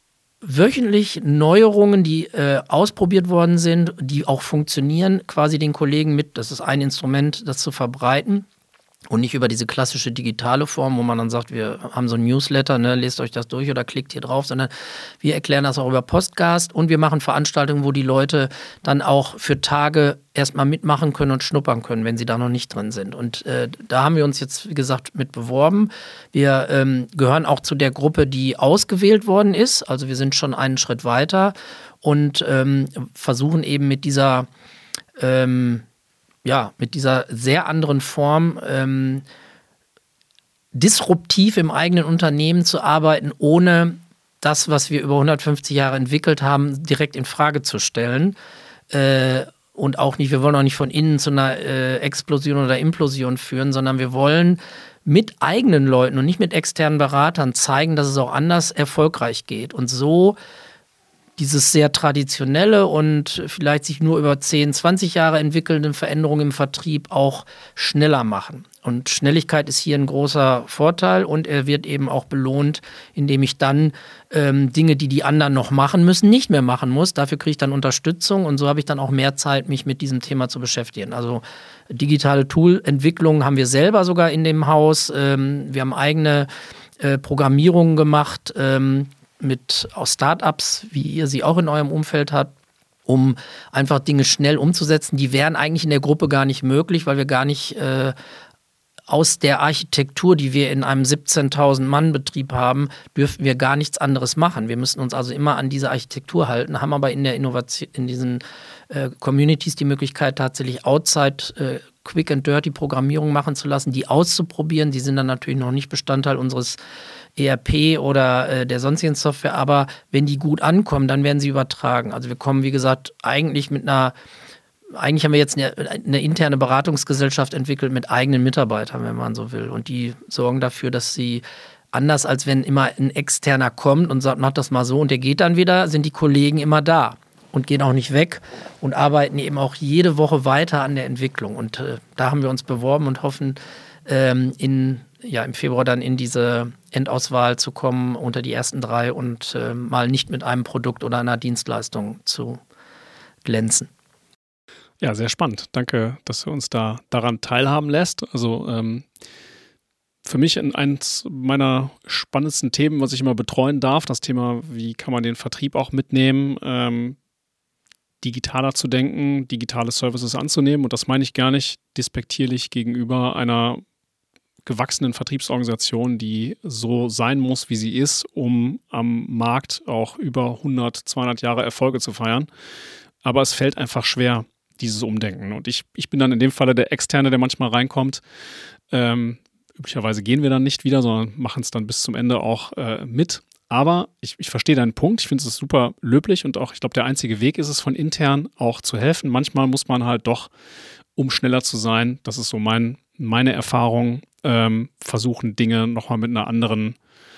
wöchentlich Neuerungen, die äh, ausprobiert worden sind, die auch funktionieren, quasi den Kollegen mit, das ist ein Instrument, das zu verbreiten. Und nicht über diese klassische digitale Form, wo man dann sagt, wir haben so ein Newsletter, ne, lest euch das durch oder klickt hier drauf, sondern wir erklären das auch über Podcast, und wir machen Veranstaltungen, wo die Leute dann auch für Tage erstmal mitmachen können und schnuppern können, wenn sie da noch nicht drin sind. Und äh, da haben wir uns jetzt, wie gesagt, mit beworben. Wir ähm, gehören auch zu der Gruppe, die ausgewählt worden ist. Also wir sind schon einen Schritt weiter. und ähm, versuchen eben mit dieser, ähm, ja, mit dieser sehr anderen Form ähm, disruptiv im eigenen Unternehmen zu arbeiten, ohne das, was wir über hundertfünfzig Jahre entwickelt haben, direkt in Frage zu stellen. Äh, und auch nicht, wir wollen auch nicht von innen zu einer äh, Explosion oder Implosion führen, sondern wir wollen mit eigenen Leuten und nicht mit externen Beratern zeigen, dass es auch anders erfolgreich geht. Und so dieses sehr traditionelle und vielleicht sich nur über zehn, zwanzig Jahre entwickelnde Veränderungen im Vertrieb auch schneller machen. Und Schnelligkeit ist hier ein großer Vorteil und er wird eben auch belohnt, indem ich dann ähm, Dinge, die die anderen noch machen müssen, nicht mehr machen muss. Dafür kriege ich dann Unterstützung und so habe ich dann auch mehr Zeit, mich mit diesem Thema zu beschäftigen. Also digitale Toolentwicklung haben wir selber sogar in dem Haus. Ähm, wir haben eigene äh, Programmierungen gemacht, ähm, mit aus Startups, wie ihr sie auch in eurem Umfeld habt, um einfach Dinge schnell umzusetzen. Die wären eigentlich in der Gruppe gar nicht möglich, weil wir gar nicht äh, aus der Architektur, die wir in einem siebzehntausend Mann Betrieb haben, dürfen wir gar nichts anderes machen. Wir müssen uns also immer an diese Architektur halten, haben aber in der Innovation, in diesen äh, Communities die Möglichkeit, tatsächlich outside äh, Quick and Dirty Programmierung machen zu lassen, die auszuprobieren. Die sind dann natürlich noch nicht Bestandteil unseres E R P oder äh, der sonstigen Software, aber wenn die gut ankommen, dann werden sie übertragen. Also wir kommen, wie gesagt, eigentlich mit einer, eigentlich haben wir jetzt eine, eine interne Beratungsgesellschaft entwickelt mit eigenen Mitarbeitern, wenn man so will. Und die sorgen dafür, dass sie, anders als wenn immer ein Externer kommt und sagt, mach das mal so und der geht dann wieder, sind die Kollegen immer da und gehen auch nicht weg und arbeiten eben auch jede Woche weiter an der Entwicklung. Und äh, da haben wir uns beworben und hoffen, ähm, in ja, im Februar dann in diese Endauswahl zu kommen unter die ersten drei und äh, mal nicht mit einem Produkt oder einer Dienstleistung zu glänzen. Ja, sehr spannend. Danke, dass du uns da daran teilhaben lässt. Also ähm, für mich eines meiner spannendsten Themen, was ich immer betreuen darf, das Thema, wie kann man den Vertrieb auch mitnehmen, ähm, digitaler zu denken, digitale Services anzunehmen. Und das meine ich gar nicht despektierlich gegenüber einer gewachsenen Vertriebsorganisation, die so sein muss, wie sie ist, um am Markt auch über hundert, zweihundert Jahre Erfolge zu feiern. Aber es fällt einfach schwer, dieses Umdenken. Und ich, ich bin dann in dem Falle der Externe, der manchmal reinkommt. Ähm, üblicherweise gehen wir dann nicht wieder, sondern machen es dann bis zum Ende auch äh, mit. Aber ich, ich verstehe deinen Punkt. Ich finde es super löblich und auch, ich glaube, der einzige Weg ist es, von intern auch zu helfen. Manchmal muss man halt doch, um schneller zu sein, das ist so mein, meine Erfahrung, ähm, versuchen, Dinge nochmal mit einer anderen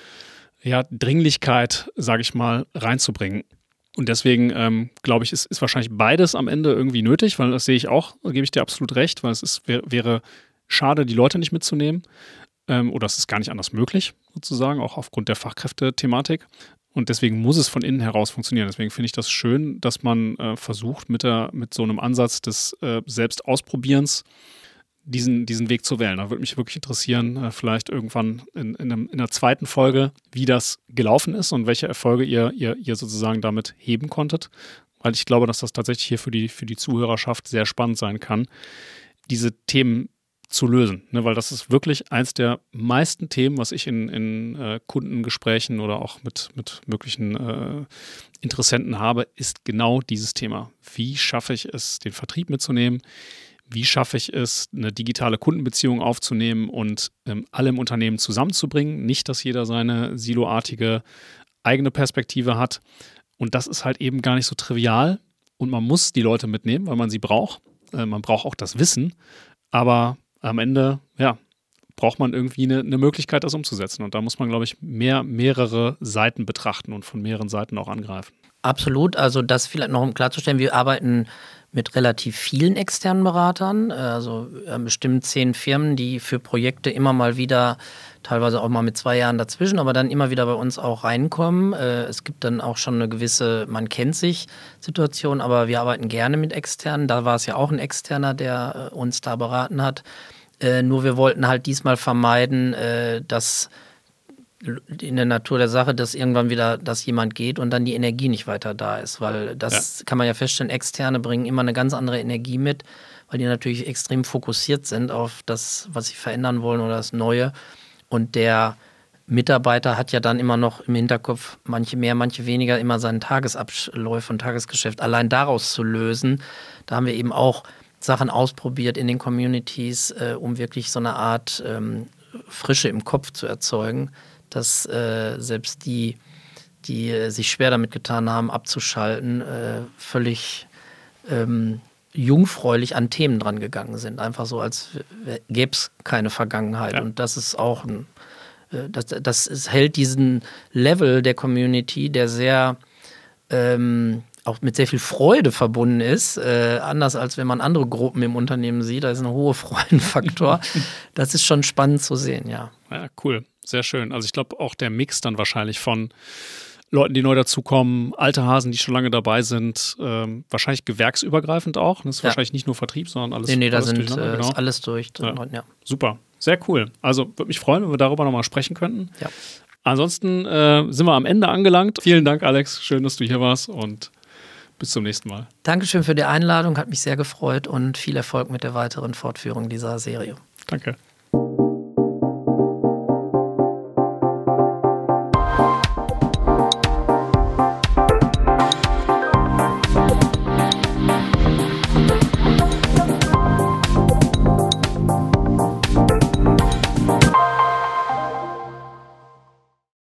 ja, Dringlichkeit, sage ich mal, reinzubringen. Und deswegen ähm, glaube ich, ist, ist wahrscheinlich beides am Ende irgendwie nötig, weil das sehe ich auch, da gebe ich dir absolut recht, weil es ist, wär, wäre schade, die Leute nicht mitzunehmen. Ähm, oder es ist gar nicht anders möglich, sozusagen, auch aufgrund der Fachkräftethematik. Und deswegen muss es von innen heraus funktionieren. Deswegen finde ich das schön, dass man äh, versucht, mit, der, mit so einem Ansatz des äh, Selbstausprobierens diesen, diesen Weg zu wählen. Da würde mich wirklich interessieren, äh, vielleicht irgendwann in, in, einem, in einer zweiten Folge, wie das gelaufen ist und welche Erfolge ihr, ihr, ihr sozusagen damit heben konntet. Weil ich glaube, dass das tatsächlich hier für die, für die Zuhörerschaft sehr spannend sein kann, diese Themen zu lösen. Ne? Weil das ist wirklich eins der meisten Themen, was ich in, in äh, Kundengesprächen oder auch mit, mit möglichen äh, Interessenten habe, ist genau dieses Thema. Wie schaffe ich es, den Vertrieb mitzunehmen? Wie schaffe ich es, eine digitale Kundenbeziehung aufzunehmen und ähm, alle im Unternehmen zusammenzubringen? Nicht, dass jeder seine siloartige eigene Perspektive hat. Und das ist halt eben gar nicht so trivial. Und man muss die Leute mitnehmen, weil man sie braucht. Äh, man braucht auch das Wissen. Aber am Ende, ja, braucht man irgendwie eine, eine Möglichkeit, das umzusetzen. Und da muss man, glaube ich, mehr, mehrere Seiten betrachten und von mehreren Seiten auch angreifen. Absolut. Also das vielleicht noch um klarzustellen, wir arbeiten mit relativ vielen externen Beratern, also bestimmt zehn Firmen, die für Projekte immer mal wieder, teilweise auch mal mit zwei Jahren dazwischen, aber dann immer wieder bei uns auch reinkommen. Es gibt dann auch schon eine gewisse, man kennt sich Situation, aber wir arbeiten gerne mit externen. Da war es ja auch ein Externer, der uns da beraten hat. Nur wir wollten halt diesmal vermeiden, dass in der Natur der Sache, dass irgendwann wieder, dass jemand geht und dann die Energie nicht weiter da ist, weil das ja. kann man ja feststellen, Externe bringen immer eine ganz andere Energie mit, weil die natürlich extrem fokussiert sind auf das, was sie verändern wollen oder das Neue und der Mitarbeiter hat ja dann immer noch im Hinterkopf, manche mehr, manche weniger, immer seinen Tagesabläufe und Tagesgeschäft allein daraus zu lösen. Da haben wir eben auch Sachen ausprobiert in den Communities, äh, um wirklich so eine Art ähm, Frische im Kopf zu erzeugen, dass äh, selbst die, die äh, sich schwer damit getan haben, abzuschalten, äh, völlig ähm, jungfräulich an Themen dran gegangen sind. Einfach so, als gäbe es keine Vergangenheit. Ja. Und das ist auch ein, äh, das, das ist, hält diesen Level der Community, der sehr ähm, auch mit sehr viel Freude verbunden ist, äh, anders als wenn man andere Gruppen im Unternehmen sieht, da ist ein hoher Freudenfaktor. Das ist schon spannend zu sehen, ja. Ja, cool, sehr schön. Also ich glaube auch der Mix dann wahrscheinlich von Leuten, die neu dazukommen, alte Hasen, die schon lange dabei sind, ähm, wahrscheinlich gewerksübergreifend auch. Das ist ja. wahrscheinlich nicht nur Vertrieb, sondern alles. Nee, nee, da alles sind genau. äh, ist alles durch. Ja. Ja. Super, sehr cool. Also würde mich freuen, wenn wir darüber nochmal sprechen könnten. Ja. Ansonsten äh, sind wir am Ende angelangt. Vielen Dank, Alex. Schön, dass du hier warst und bis zum nächsten Mal. Dankeschön für die Einladung, hat mich sehr gefreut und viel Erfolg mit der weiteren Fortführung dieser Serie. Danke.